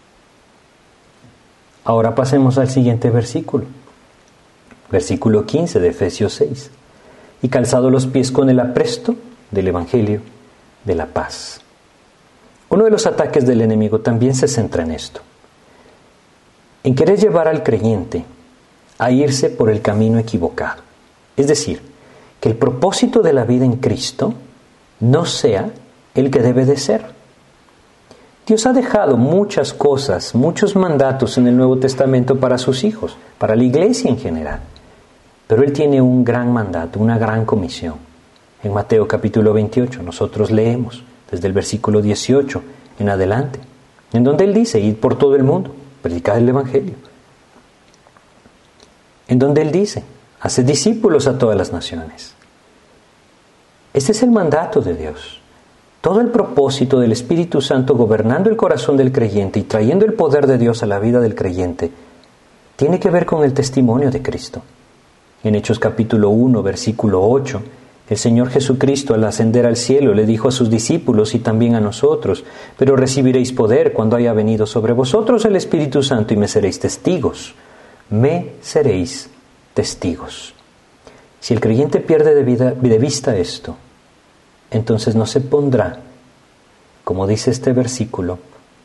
Ahora pasemos al siguiente versículo. Versículo 15 de Efesios 6. Y calzado los pies con el apresto del Evangelio de la paz. Uno de los ataques del enemigo también se centra en esto, en querer llevar al creyente a irse por el camino equivocado. Es decir, que el propósito de la vida en Cristo no sea el que debe de ser. Dios ha dejado muchas cosas, muchos mandatos en el Nuevo Testamento para sus hijos, para la iglesia en general. Pero Él tiene un gran mandato, una gran comisión. En Mateo capítulo 28 nosotros leemos desde el versículo 18 en adelante, en donde Él dice: id por todo el mundo, predicad el Evangelio. En donde Él dice: haced discípulos a todas las naciones. Este es el mandato de Dios. Todo el propósito del Espíritu Santo gobernando el corazón del creyente y trayendo el poder de Dios a la vida del creyente tiene que ver con el testimonio de Cristo. En Hechos capítulo 1, versículo 8, el Señor Jesucristo, al ascender al cielo, le dijo a sus discípulos y también a nosotros: pero recibiréis poder cuando haya venido sobre vosotros el Espíritu Santo y me seréis testigos. Me seréis testigos. Si el creyente pierde de vista esto, entonces no se pondrá, como dice este versículo,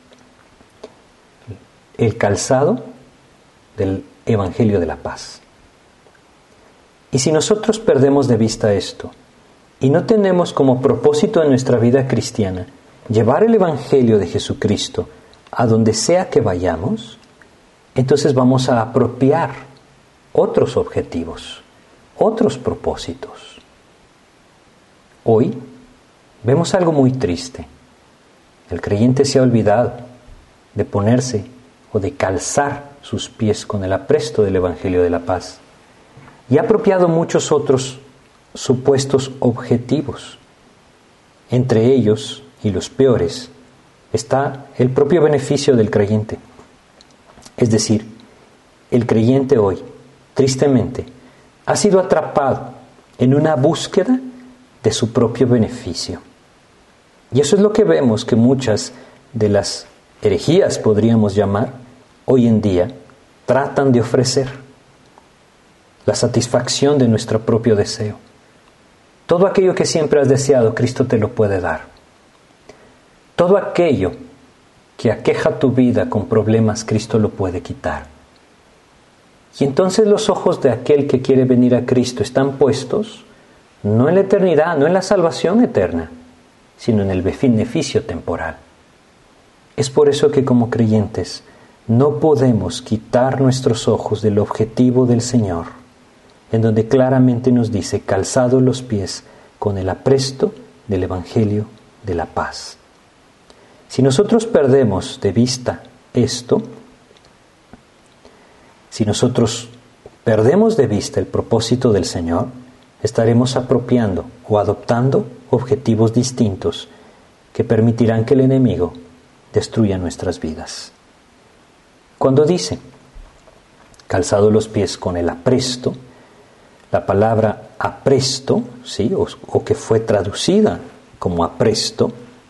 el calzado del Evangelio de la paz. Y si nosotros perdemos de vista esto y no tenemos como propósito en nuestra vida cristiana llevar el Evangelio de Jesucristo a donde sea que vayamos, entonces vamos a apropiar otros objetivos, otros propósitos. Hoy vemos algo muy triste. El creyente se ha olvidado de ponerse o de calzar sus pies con el apresto del Evangelio de la paz y ha apropiado muchos otros supuestos objetivos. Entre ellos, y los peores, está el propio beneficio del creyente. Es decir, el creyente hoy, tristemente, ha sido atrapado en una búsqueda de su propio beneficio. Y eso es lo que vemos que muchas de las herejías, podríamos llamar, hoy en día, tratan de ofrecer. La satisfacción de nuestro propio deseo. Todo aquello que siempre has deseado, Cristo te lo puede dar. Todo aquello que aqueja tu vida con problemas, Cristo lo puede quitar. Y entonces los ojos de aquel que quiere venir a Cristo están puestos no en la eternidad, no en la salvación eterna, sino en el beneficio temporal. Es por eso que como creyentes no podemos quitar nuestros ojos del objetivo del Señor, en donde claramente nos dice: calzados los pies con el apresto del Evangelio de la paz. Si nosotros perdemos de vista esto, si nosotros perdemos de vista el propósito del Señor, estaremos apropiando o adoptando objetivos distintos que permitirán que el enemigo destruya nuestras vidas. Cuando dice calzado los pies con el apresto, la palabra apresto, ¿sí? o que fue traducida como apresto,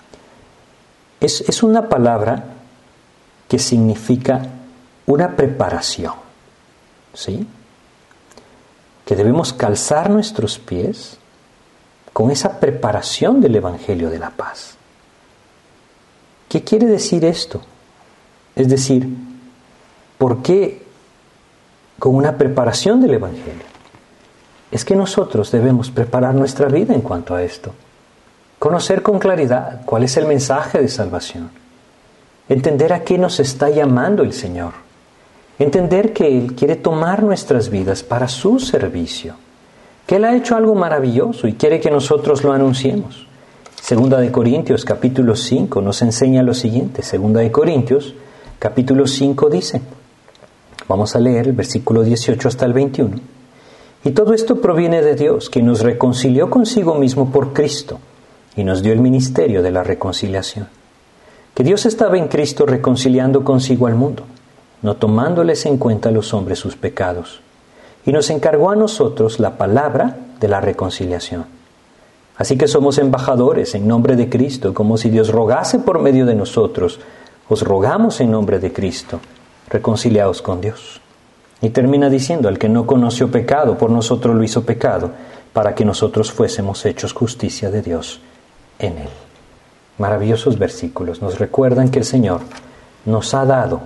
es una palabra que significa una preparación, ¿sí? Que debemos calzar nuestros pies con esa preparación del Evangelio de la paz. ¿Qué quiere decir esto? Es decir, ¿por qué con una preparación del Evangelio? Es que nosotros debemos preparar nuestra vida en cuanto a esto. Conocer con claridad cuál es el mensaje de salvación. Entender a qué nos está llamando el Señor. Entender que Él quiere tomar nuestras vidas para su servicio. Que Él ha hecho algo maravilloso y quiere que nosotros lo anunciemos. Segunda de Corintios capítulo 5 nos enseña lo siguiente. Segunda de Corintios capítulo 5 dice, vamos a leer el versículo 18 hasta el 21. Y todo esto proviene de Dios, que nos reconcilió consigo mismo por Cristo y nos dio el ministerio de la reconciliación. Que Dios estaba en Cristo reconciliando consigo al mundo, no tomándoles en cuenta a los hombres sus pecados. Y nos encargó a nosotros la palabra de la reconciliación. Así que somos embajadores en nombre de Cristo, como si Dios rogase por medio de nosotros. Os rogamos en nombre de Cristo, reconciliaos con Dios. Y termina diciendo, al que no conoció pecado, por nosotros lo hizo pecado, para que nosotros fuésemos hechos justicia de Dios en él. Maravillosos versículos. Nos recuerdan que el Señor nos ha dado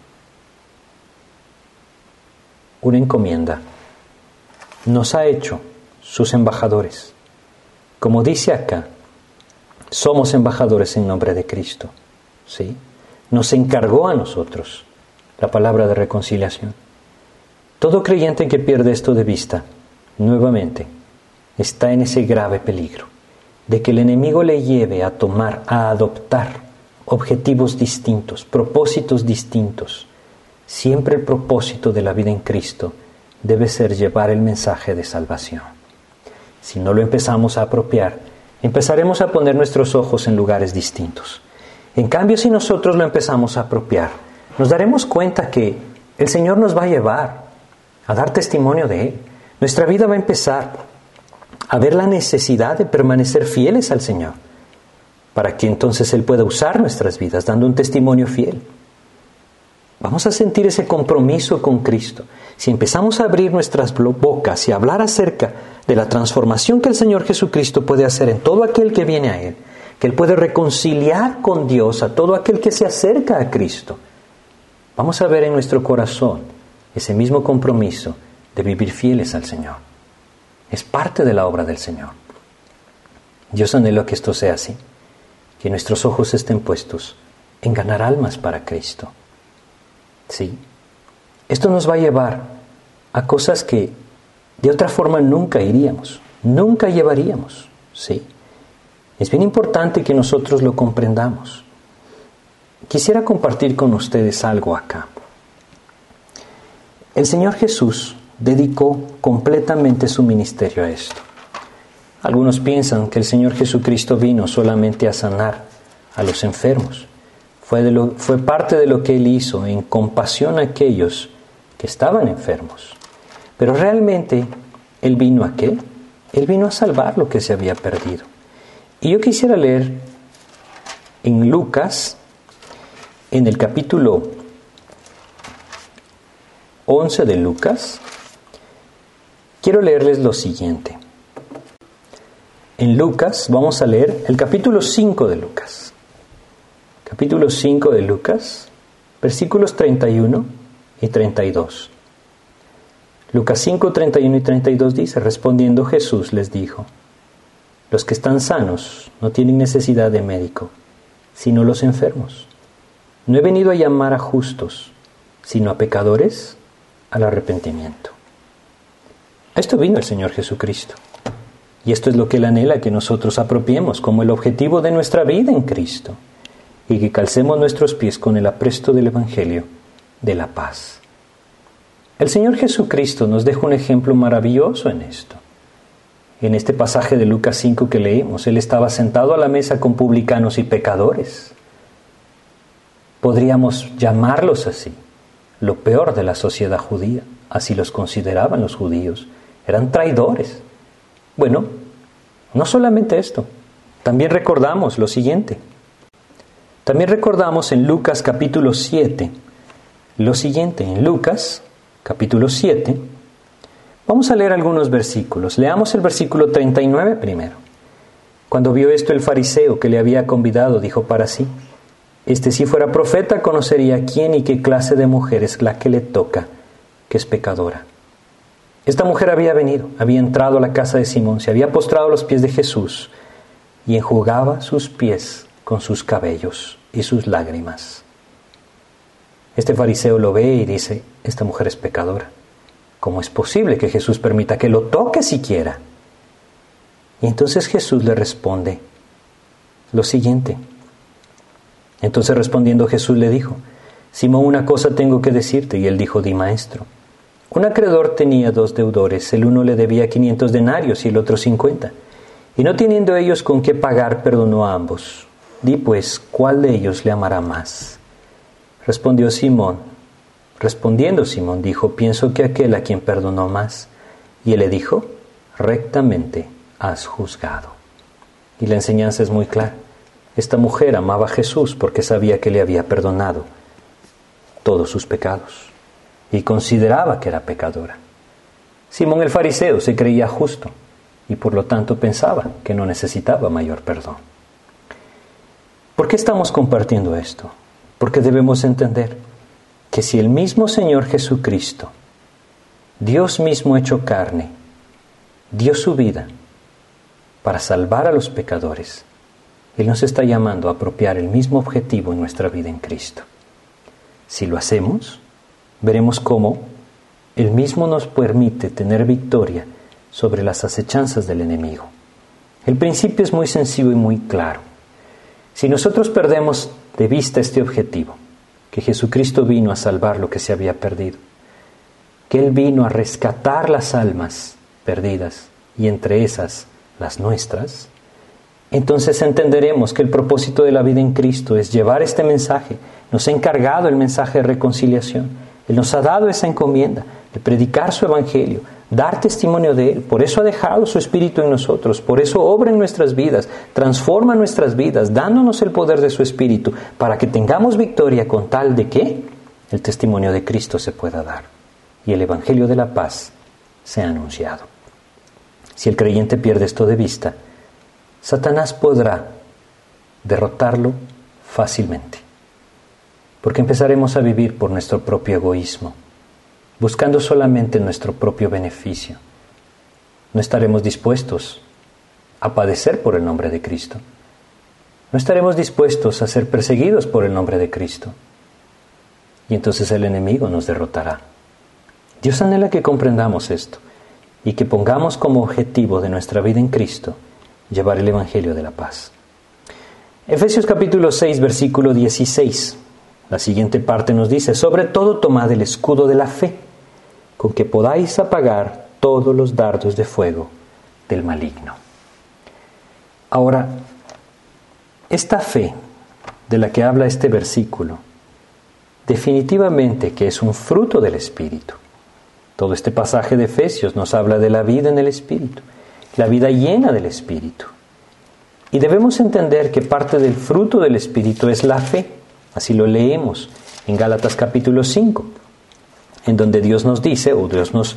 una encomienda. Nos ha hecho sus embajadores. Como dice acá, somos embajadores en nombre de Cristo. ¿Sí? Nos encargó a nosotros la palabra de reconciliación. Todo creyente que pierde esto de vista, nuevamente, está en ese grave peligro de que el enemigo le lleve a tomar, a adoptar objetivos distintos, propósitos distintos. Siempre el propósito de la vida en Cristo debe ser llevar el mensaje de salvación. Si no lo empezamos a apropiar, empezaremos a poner nuestros ojos en lugares distintos. En cambio, si nosotros lo empezamos a apropiar, nos daremos cuenta que el Señor nos va a llevar a dar testimonio de Él. Nuestra vida va a empezar a ver la necesidad de permanecer fieles al Señor, para que entonces Él pueda usar nuestras vidas dando un testimonio fiel. Vamos a sentir ese compromiso con Cristo. Si empezamos a abrir nuestras bocas y a hablar acerca de la transformación que el Señor Jesucristo puede hacer en todo aquel que viene a Él, que Él puede reconciliar con Dios a todo aquel que se acerca a Cristo, vamos a ver en nuestro corazón ese mismo compromiso de vivir fieles al Señor. Es parte de la obra del Señor. Dios anhela que esto sea así, que nuestros ojos estén puestos en ganar almas para Cristo. Sí, esto nos va a llevar a cosas que de otra forma nunca iríamos, nunca llevaríamos. Sí, es bien importante que nosotros lo comprendamos. Quisiera compartir con ustedes algo acá. El Señor Jesús dedicó completamente su ministerio a esto. Algunos piensan que el Señor Jesucristo vino solamente a sanar a los enfermos. Fue parte de lo que Él hizo en compasión a aquellos que estaban enfermos. Pero realmente, ¿Él vino a qué? Él vino a salvar lo que se había perdido. Y yo quisiera leer en Lucas, en el capítulo 11 de Lucas, quiero leerles lo siguiente. En Lucas, vamos a leer el capítulo 5 de Lucas. Capítulo 5 de Lucas, versículos 31 y 32. Lucas 5, 31 y 32 dice, respondiendo Jesús les dijo, los que están sanos no tienen necesidad de médico, sino los enfermos. No he venido a llamar a justos, sino a pecadores al arrepentimiento. A esto vino el Señor Jesucristo. Y esto es lo que Él anhela que nosotros apropiemos como el objetivo de nuestra vida en Cristo. Y que calcemos nuestros pies con el apresto del Evangelio de la paz. El Señor Jesucristo nos deja un ejemplo maravilloso en esto. En este pasaje de Lucas 5 que leímos, Él estaba sentado a la mesa con publicanos y pecadores. Podríamos llamarlos así, lo peor de la sociedad judía. Así los consideraban los judíos. Eran traidores. Bueno, no solamente esto, también recordamos lo siguiente. También recordamos en Lucas capítulo 7, lo siguiente. En Lucas capítulo 7, vamos a leer algunos versículos. Leamos el versículo 39 primero. Cuando vio esto el fariseo que le había convidado, dijo para sí, si fuera profeta, conocería quién y qué clase de mujer es la que le toca, que es pecadora. Esta mujer había venido, había entrado a la casa de Simón, se había postrado a los pies de Jesús y enjugaba sus pies con sus cabellos y sus lágrimas. Este fariseo lo ve y dice, esta mujer es pecadora. ¿Cómo es posible que Jesús permita que lo toque siquiera? Y entonces Jesús le responde lo siguiente. Entonces respondiendo Jesús le dijo, Simón, una cosa tengo que decirte. Y él dijo, di, maestro. Un acreedor tenía 2 deudores, el uno le debía 500 denarios y el otro 50. Y no teniendo ellos con qué pagar, perdonó a ambos. Di pues, ¿cuál de ellos le amará más? Respondiendo Simón dijo, pienso que aquel a quien perdonó más. Y él le dijo, rectamente has juzgado. Y la enseñanza es muy clara. Esta mujer amaba a Jesús porque sabía que le había perdonado todos sus pecados y consideraba que era pecadora. Simón el fariseo se creía justo y por lo tanto pensaba que no necesitaba mayor perdón. ¿Por qué estamos compartiendo esto? Porque debemos entender que si el mismo Señor Jesucristo, Dios mismo hecho carne, dio su vida para salvar a los pecadores, Él nos está llamando a apropiar el mismo objetivo en nuestra vida en Cristo. Si lo hacemos, veremos cómo Él mismo nos permite tener victoria sobre las acechanzas del enemigo. El principio es muy sencillo y muy claro. Si nosotros perdemos de vista este objetivo, que Jesucristo vino a salvar lo que se había perdido, que Él vino a rescatar las almas perdidas y entre esas las nuestras, entonces entenderemos que el propósito de la vida en Cristo es llevar este mensaje. Nos ha encargado el mensaje de reconciliación. Él nos ha dado esa encomienda de predicar su evangelio, dar testimonio de Él. Por eso ha dejado su Espíritu en nosotros, por eso obra en nuestras vidas, transforma nuestras vidas, dándonos el poder de su Espíritu, para que tengamos victoria con tal de que el testimonio de Cristo se pueda dar y el evangelio de la paz sea anunciado. Si el creyente pierde esto de vista, Satanás podrá derrotarlo fácilmente, porque empezaremos a vivir por nuestro propio egoísmo, buscando solamente nuestro propio beneficio. No estaremos dispuestos a padecer por el nombre de Cristo. No estaremos dispuestos a ser perseguidos por el nombre de Cristo. Y entonces el enemigo nos derrotará. Dios anhela que comprendamos esto y que pongamos como objetivo de nuestra vida en Cristo llevar el evangelio de la paz. Efesios capítulo 6, versículo 16. La siguiente parte nos dice: sobre todo tomad el escudo de la fe, con que podáis apagar todos los dardos de fuego del maligno. Ahora, esta fe de la que habla este versículo, definitivamente que es un fruto del Espíritu. Todo este pasaje de Efesios nos habla de la vida en el Espíritu, la vida llena del Espíritu. Y debemos entender que parte del fruto del Espíritu es la fe. Así lo leemos en Gálatas capítulo 5, en donde Dios nos dice, o Dios nos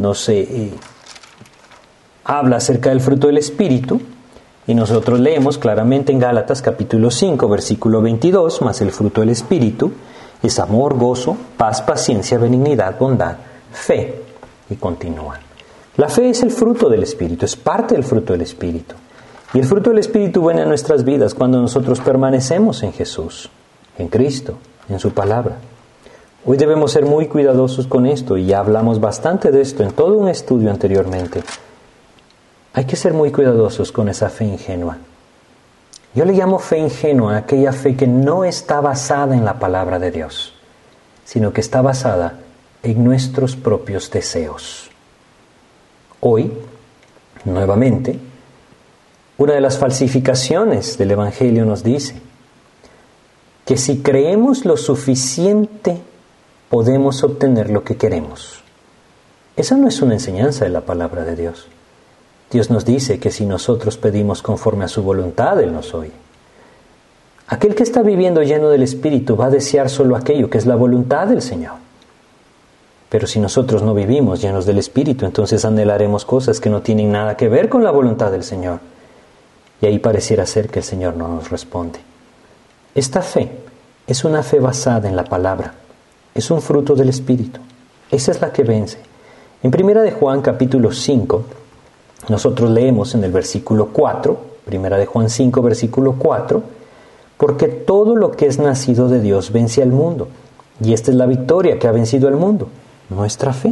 habla acerca del fruto del Espíritu, y nosotros leemos claramente en Gálatas capítulo 5, versículo 22, mas el fruto del Espíritu es amor, gozo, paz, paciencia, benignidad, bondad, fe, y continúa. La fe es el fruto del Espíritu, es parte del fruto del Espíritu. Y el fruto del Espíritu viene a nuestras vidas cuando nosotros permanecemos en Jesús, en Cristo, en su palabra. Hoy debemos ser muy cuidadosos con esto, y ya hablamos bastante de esto en todo un estudio anteriormente. Hay que ser muy cuidadosos con esa fe ingenua. Yo le llamo fe ingenua a aquella fe que no está basada en la palabra de Dios, sino que está basada en nuestros propios deseos. Hoy, nuevamente, una de las falsificaciones del Evangelio nos dice que si creemos lo suficiente, podemos obtener lo que queremos. Esa no es una enseñanza de la palabra de Dios. Dios nos dice que si nosotros pedimos conforme a su voluntad, Él nos oye. Aquel que está viviendo lleno del Espíritu va a desear solo aquello que es la voluntad del Señor. Pero si nosotros no vivimos llenos del Espíritu, entonces anhelaremos cosas que no tienen nada que ver con la voluntad del Señor. Y ahí pareciera ser que el Señor no nos responde. Esta fe es una fe basada en la palabra. Es un fruto del Espíritu. Esa es la que vence. En 1 de Juan capítulo 5, nosotros leemos en el versículo 4, 1 de Juan 5, versículo 4, porque todo lo que es nacido de Dios vence al mundo. Y esta es la victoria que ha vencido al mundo, nuestra fe.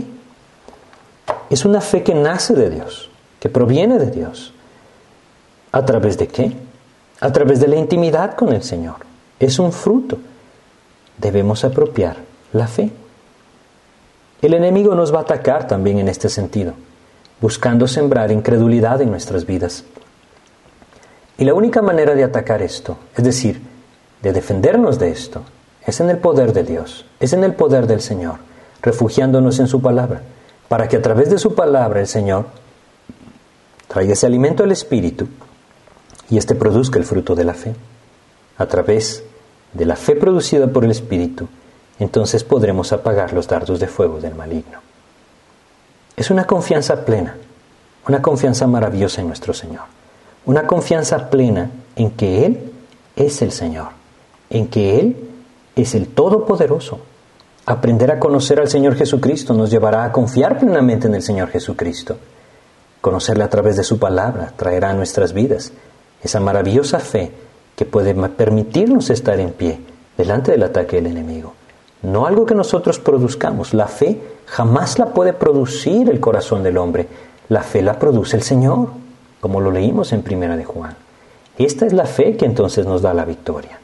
Es una fe que nace de Dios, que proviene de Dios. ¿A través de qué? A través de la intimidad con el Señor. Es un fruto. Debemos apropiar la fe. El enemigo nos va a atacar también en este sentido, buscando sembrar incredulidad en nuestras vidas. Y la única manera de atacar esto, es decir, de defendernos de esto, es en el poder de Dios, es en el poder del Señor, refugiándonos en su palabra, para que a través de su palabra el Señor Tráigase alimento al Espíritu y éste produzca el fruto de la fe. A través de la fe producida por el Espíritu, entonces podremos apagar los dardos de fuego del maligno. Es una confianza plena, una confianza maravillosa en nuestro Señor. Una confianza plena en que Él es el Señor, en que Él es el Todopoderoso. Aprender a conocer al Señor Jesucristo nos llevará a confiar plenamente en el Señor Jesucristo. Conocerle a través de su palabra traerá a nuestras vidas esa maravillosa fe que puede permitirnos estar en pie delante del ataque del enemigo. No algo que nosotros produzcamos. La fe jamás la puede producir el corazón del hombre. La fe la produce el Señor, como lo leímos en 1 de Juan. Esta es la fe que entonces nos da la victoria.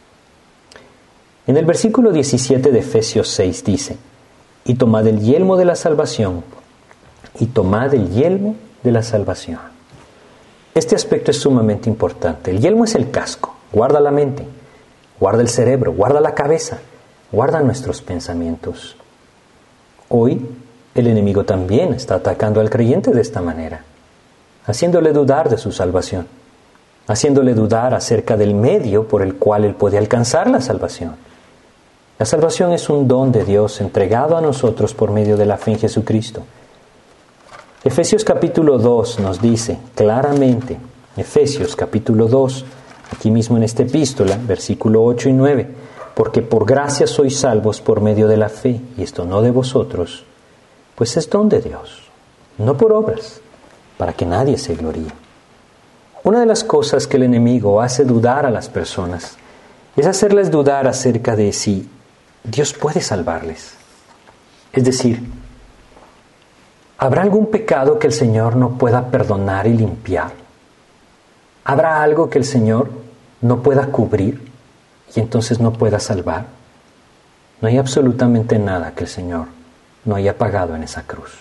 En el versículo 17 de Efesios 6 dice: y tomad el yelmo de la salvación, y tomad el yelmo de la salvación. Este aspecto es sumamente importante. El yelmo es el casco, guarda la mente, guarda el cerebro, guarda la cabeza, guarda nuestros pensamientos. Hoy el enemigo también está atacando al creyente de esta manera, haciéndole dudar de su salvación, haciéndole dudar acerca del medio por el cual él puede alcanzar la salvación. La salvación es un don de Dios entregado a nosotros por medio de la fe en Jesucristo. Efesios capítulo 2 nos dice claramente, Efesios capítulo 2, aquí mismo en esta epístola, versículo 8 y 9, porque por gracia sois salvos por medio de la fe, y esto no de vosotros, pues es don de Dios, no por obras, para que nadie se gloríe. Una de las cosas que el enemigo hace dudar a las personas es hacerles dudar acerca de si Dios puede salvarles. Es decir, ¿habrá algún pecado que el Señor no pueda perdonar y limpiar? ¿Habrá algo que el Señor no pueda cubrir y entonces no pueda salvar? No hay absolutamente nada que el Señor no haya pagado en esa cruz.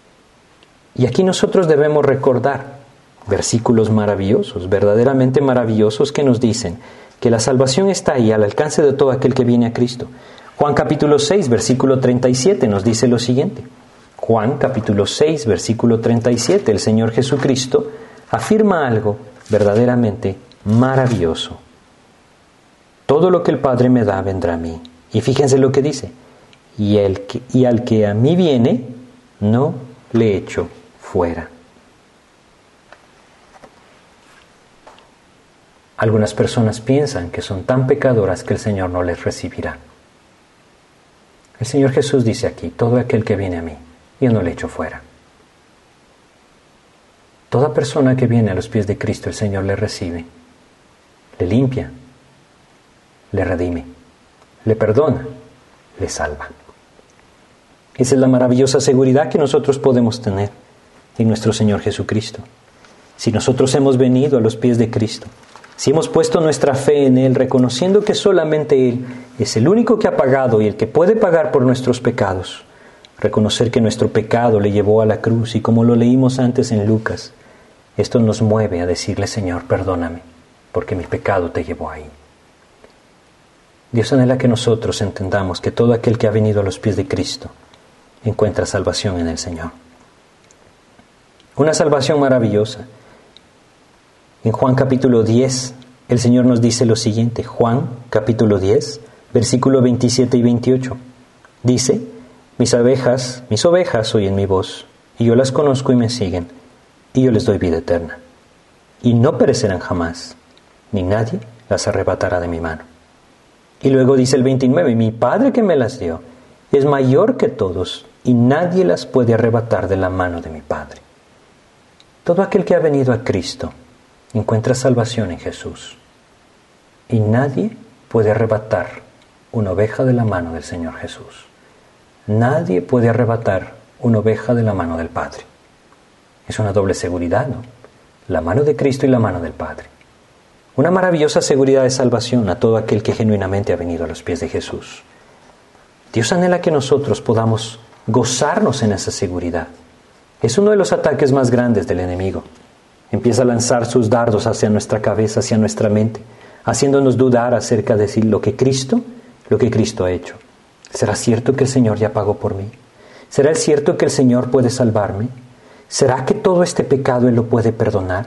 Y aquí nosotros debemos recordar versículos maravillosos, verdaderamente maravillosos, que nos dicen que la salvación está ahí al alcance de todo aquel que viene a Cristo. Juan capítulo 6, versículo 37 nos dice lo siguiente. Juan capítulo 6, versículo 37, el Señor Jesucristo afirma algo verdaderamente maravilloso. Todo lo que el Padre me da vendrá a mí. Y fíjense lo que dice. Y al que a mí viene, no le echo fuera. Algunas personas piensan que son tan pecadoras que el Señor no les recibirá. El Señor Jesús dice aquí: todo aquel que viene a mí, yo no le echo fuera. Toda persona que viene a los pies de Cristo, el Señor le recibe, le limpia, le redime, le perdona, le salva. Esa es la maravillosa seguridad que nosotros podemos tener en nuestro Señor Jesucristo. Si nosotros hemos venido a los pies de Cristo, si hemos puesto nuestra fe en Él, reconociendo que solamente Él es el único que ha pagado y el que puede pagar por nuestros pecados, reconocer que nuestro pecado le llevó a la cruz, y como lo leímos antes en Lucas, esto nos mueve a decirle: Señor, perdóname, porque mi pecado te llevó ahí. Dios anhela que nosotros entendamos que todo aquel que ha venido a los pies de Cristo encuentra salvación en el Señor. Una salvación maravillosa. En Juan capítulo 10, el Señor nos dice lo siguiente. Juan capítulo 10, versículo 27 y 28. Dice: mis ovejas oyen mi voz, y yo las conozco y me siguen, y yo les doy vida eterna. Y no perecerán jamás, ni nadie las arrebatará de mi mano. Y luego dice el 29, mi Padre que me las dio es mayor que todos, y nadie las puede arrebatar de la mano de mi Padre. Todo aquel que ha venido a Cristo encuentra salvación en Jesús. Y nadie puede arrebatar una oveja de la mano del Señor Jesús. Nadie puede arrebatar una oveja de la mano del Padre. Es una doble seguridad, ¿no? La mano de Cristo y la mano del Padre. Una maravillosa seguridad de salvación a todo aquel que genuinamente ha venido a los pies de Jesús. Dios anhela que nosotros podamos gozarnos en esa seguridad. Es uno de los ataques más grandes del enemigo. Empieza a lanzar sus dardos hacia nuestra cabeza, hacia nuestra mente, haciéndonos dudar acerca de si lo que Cristo ha hecho. ¿Será cierto que el Señor ya pagó por mí? ¿Será cierto que el Señor puede salvarme? ¿Será que todo este pecado Él lo puede perdonar?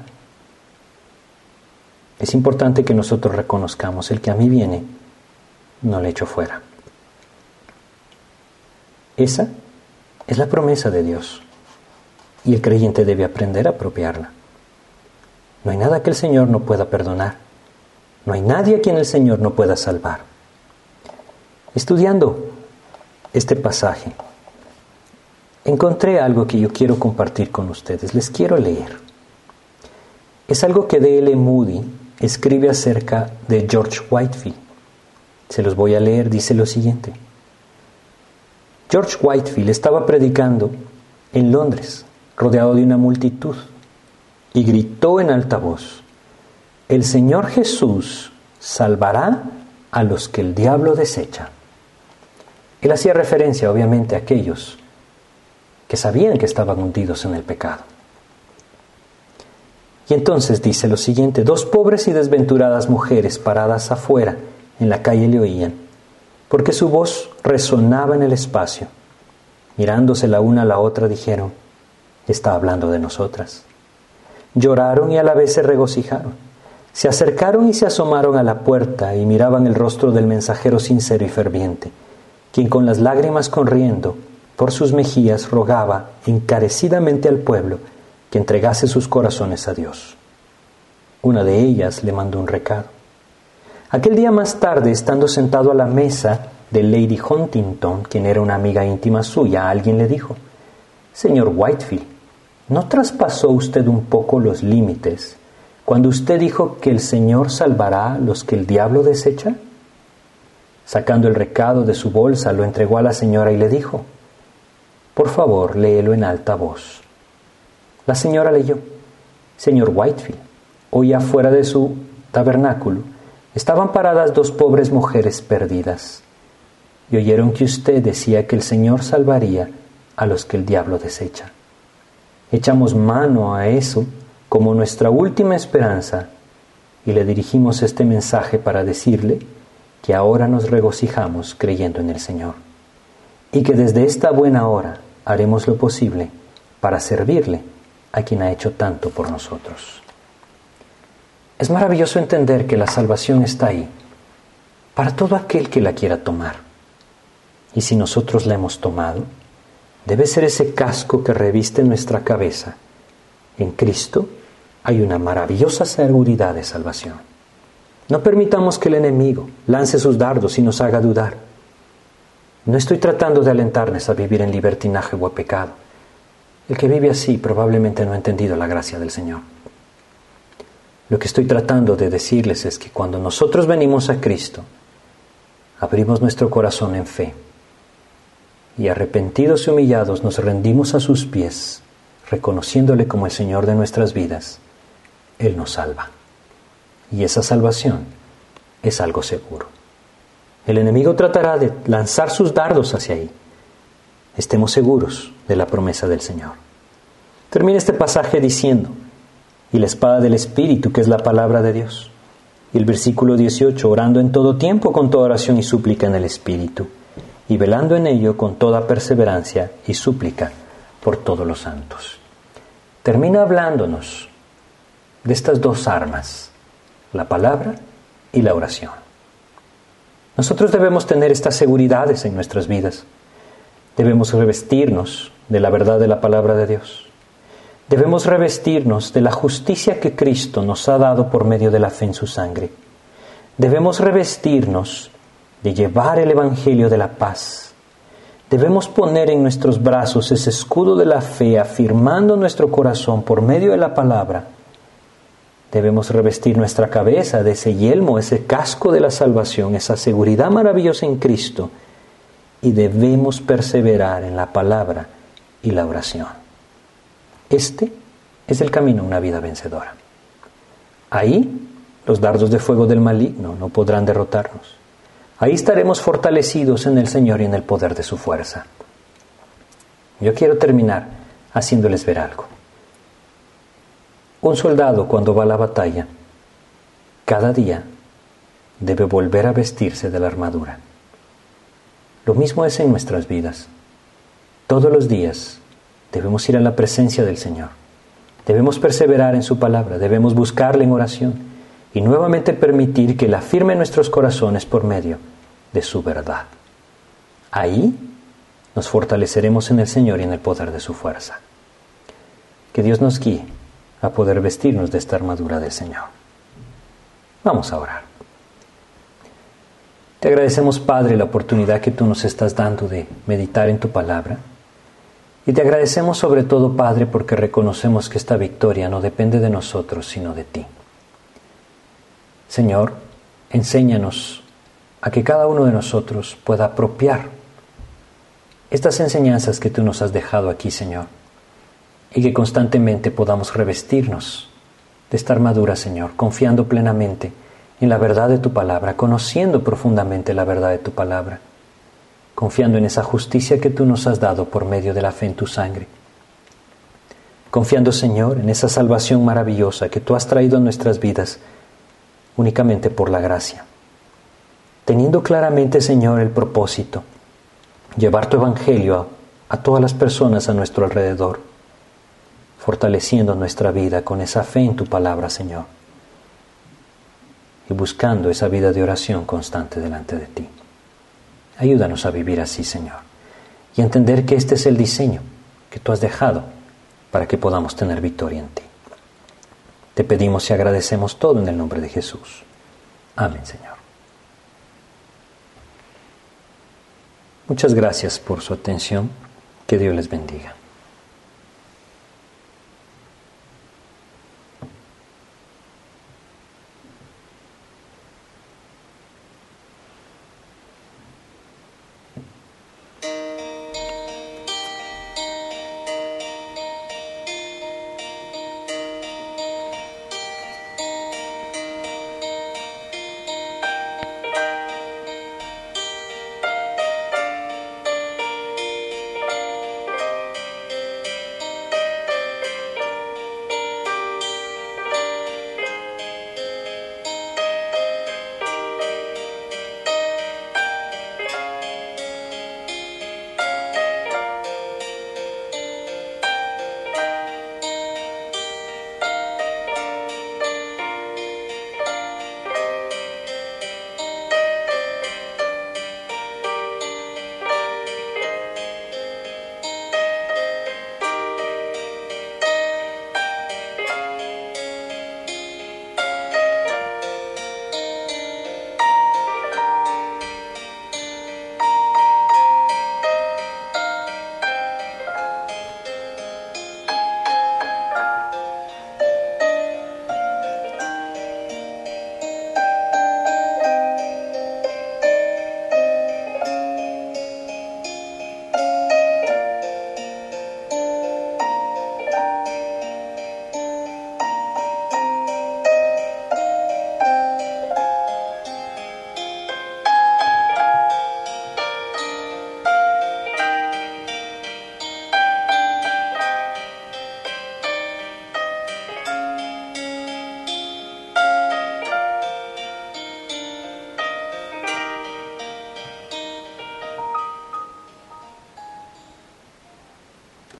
Es importante que nosotros reconozcamos: el que a mí viene, no le echo fuera. Esa es la promesa de Dios, y el creyente debe aprender a apropiarla. No hay nada que el Señor no pueda perdonar. No hay nadie a quien el Señor no pueda salvar. Estudiando este pasaje, encontré algo que yo quiero compartir con ustedes. Les quiero leer. Es algo que D.L. Moody escribe acerca de George Whitefield. Se los voy a leer. Dice lo siguiente: George Whitefield estaba predicando en Londres, rodeado de una multitud, y gritó en alta voz: el Señor Jesús salvará a los que el diablo desecha. Él hacía referencia, obviamente, a aquellos que sabían que estaban hundidos en el pecado. Y entonces dice lo siguiente: dos pobres y desventuradas mujeres paradas afuera en la calle le oían, porque su voz resonaba en el espacio. Mirándose la una a la otra, dijeron: está hablando de nosotras. Lloraron y a la vez se regocijaron. Se acercaron y se asomaron a la puerta y miraban el rostro del mensajero sincero y ferviente, quien con las lágrimas corriendo por sus mejillas rogaba encarecidamente al pueblo que entregase sus corazones a Dios. Una de ellas le mandó un recado. Aquel día más tarde, estando sentado a la mesa de Lady Huntington, quien era una amiga íntima suya, alguien le dijo: Señor Whitefield, ¿no traspasó usted un poco los límites cuando usted dijo que el Señor salvará a los que el diablo desecha? Sacando el recado de su bolsa, lo entregó a la señora y le dijo: por favor, léelo en alta voz. La señora leyó: Señor Whitefield, hoy afuera de su tabernáculo estaban paradas dos pobres mujeres perdidas, y oyeron que usted decía que el Señor salvaría a los que el diablo desecha. Echamos mano a eso como nuestra última esperanza y le dirigimos este mensaje para decirle que ahora nos regocijamos creyendo en el Señor y que desde esta buena hora haremos lo posible para servirle a quien ha hecho tanto por nosotros. Es maravilloso entender que la salvación está ahí para todo aquel que la quiera tomar. Y si nosotros la hemos tomado, debe ser ese casco que reviste nuestra cabeza. En Cristo hay una maravillosa seguridad de salvación. No permitamos que el enemigo lance sus dardos y nos haga dudar. No estoy tratando de alentarles a vivir en libertinaje o pecado. El que vive así probablemente no ha entendido la gracia del Señor. Lo que estoy tratando de decirles es que cuando nosotros venimos a Cristo, abrimos nuestro corazón en fe y arrepentidos y humillados nos rendimos a sus pies, reconociéndole como el Señor de nuestras vidas. Él nos salva. Y esa salvación es algo seguro. El enemigo tratará de lanzar sus dardos hacia ahí. Estemos seguros de la promesa del Señor. Termina este pasaje diciendo: y la espada del Espíritu, que es la palabra de Dios. Y el versículo 18, orando en todo tiempo con toda oración y súplica en el Espíritu, y velando en ello con toda perseverancia y súplica por todos los santos. Termina hablándonos de estas dos armas, la palabra y la oración. Nosotros debemos tener estas seguridades en nuestras vidas. Debemos revestirnos de la verdad de la palabra de Dios. Debemos revestirnos de la justicia que Cristo nos ha dado por medio de la fe en su sangre. Debemos revestirnos de llevar el Evangelio de la paz. Debemos poner en nuestros brazos ese escudo de la fe, afirmando nuestro corazón por medio de la palabra. Debemos revestir nuestra cabeza de ese yelmo, ese casco de la salvación, esa seguridad maravillosa en Cristo. Y debemos perseverar en la palabra y la oración. Este es el camino a una vida vencedora. Ahí los dardos de fuego del maligno no podrán derrotarnos. Ahí estaremos fortalecidos en el Señor y en el poder de su fuerza. Yo quiero terminar haciéndoles ver algo. Un soldado, cuando va a la batalla, cada día debe volver a vestirse de la armadura. Lo mismo es en nuestras vidas. Todos los días Debemos ir a la presencia del Señor. Debemos perseverar en su palabra, debemos buscarle en oración y nuevamente permitir que Él afirme nuestros corazones por medio de su verdad. Ahí nos fortaleceremos en el Señor y en el poder de su fuerza. Que Dios nos guíe a poder vestirnos de esta armadura del Señor. Vamos a orar. Te agradecemos, Padre, la oportunidad que tú nos estás dando de meditar en tu palabra. Y te agradecemos sobre todo, Padre, porque reconocemos que esta victoria no depende de nosotros, sino de ti. Señor, enséñanos a que cada uno de nosotros pueda apropiar estas enseñanzas que tú nos has dejado aquí, Señor, y que constantemente podamos revestirnos de esta armadura, Señor, confiando plenamente en la verdad de tu palabra, conociendo profundamente la verdad de tu palabra, confiando en esa justicia que tú nos has dado por medio de la fe en tu sangre, confiando, Señor, en esa salvación maravillosa que tú has traído a nuestras vidas únicamente por la gracia, teniendo claramente, Señor, el propósito, llevar tu evangelio a todas las personas a nuestro alrededor, fortaleciendo nuestra vida con esa fe en tu palabra, Señor, y buscando esa vida de oración constante delante de ti. Ayúdanos a vivir así, Señor, y a entender que este es el diseño que tú has dejado para que podamos tener victoria en ti. Te pedimos y agradecemos todo en el nombre de Jesús. Amén, Señor. Muchas gracias por su atención. Que Dios les bendiga.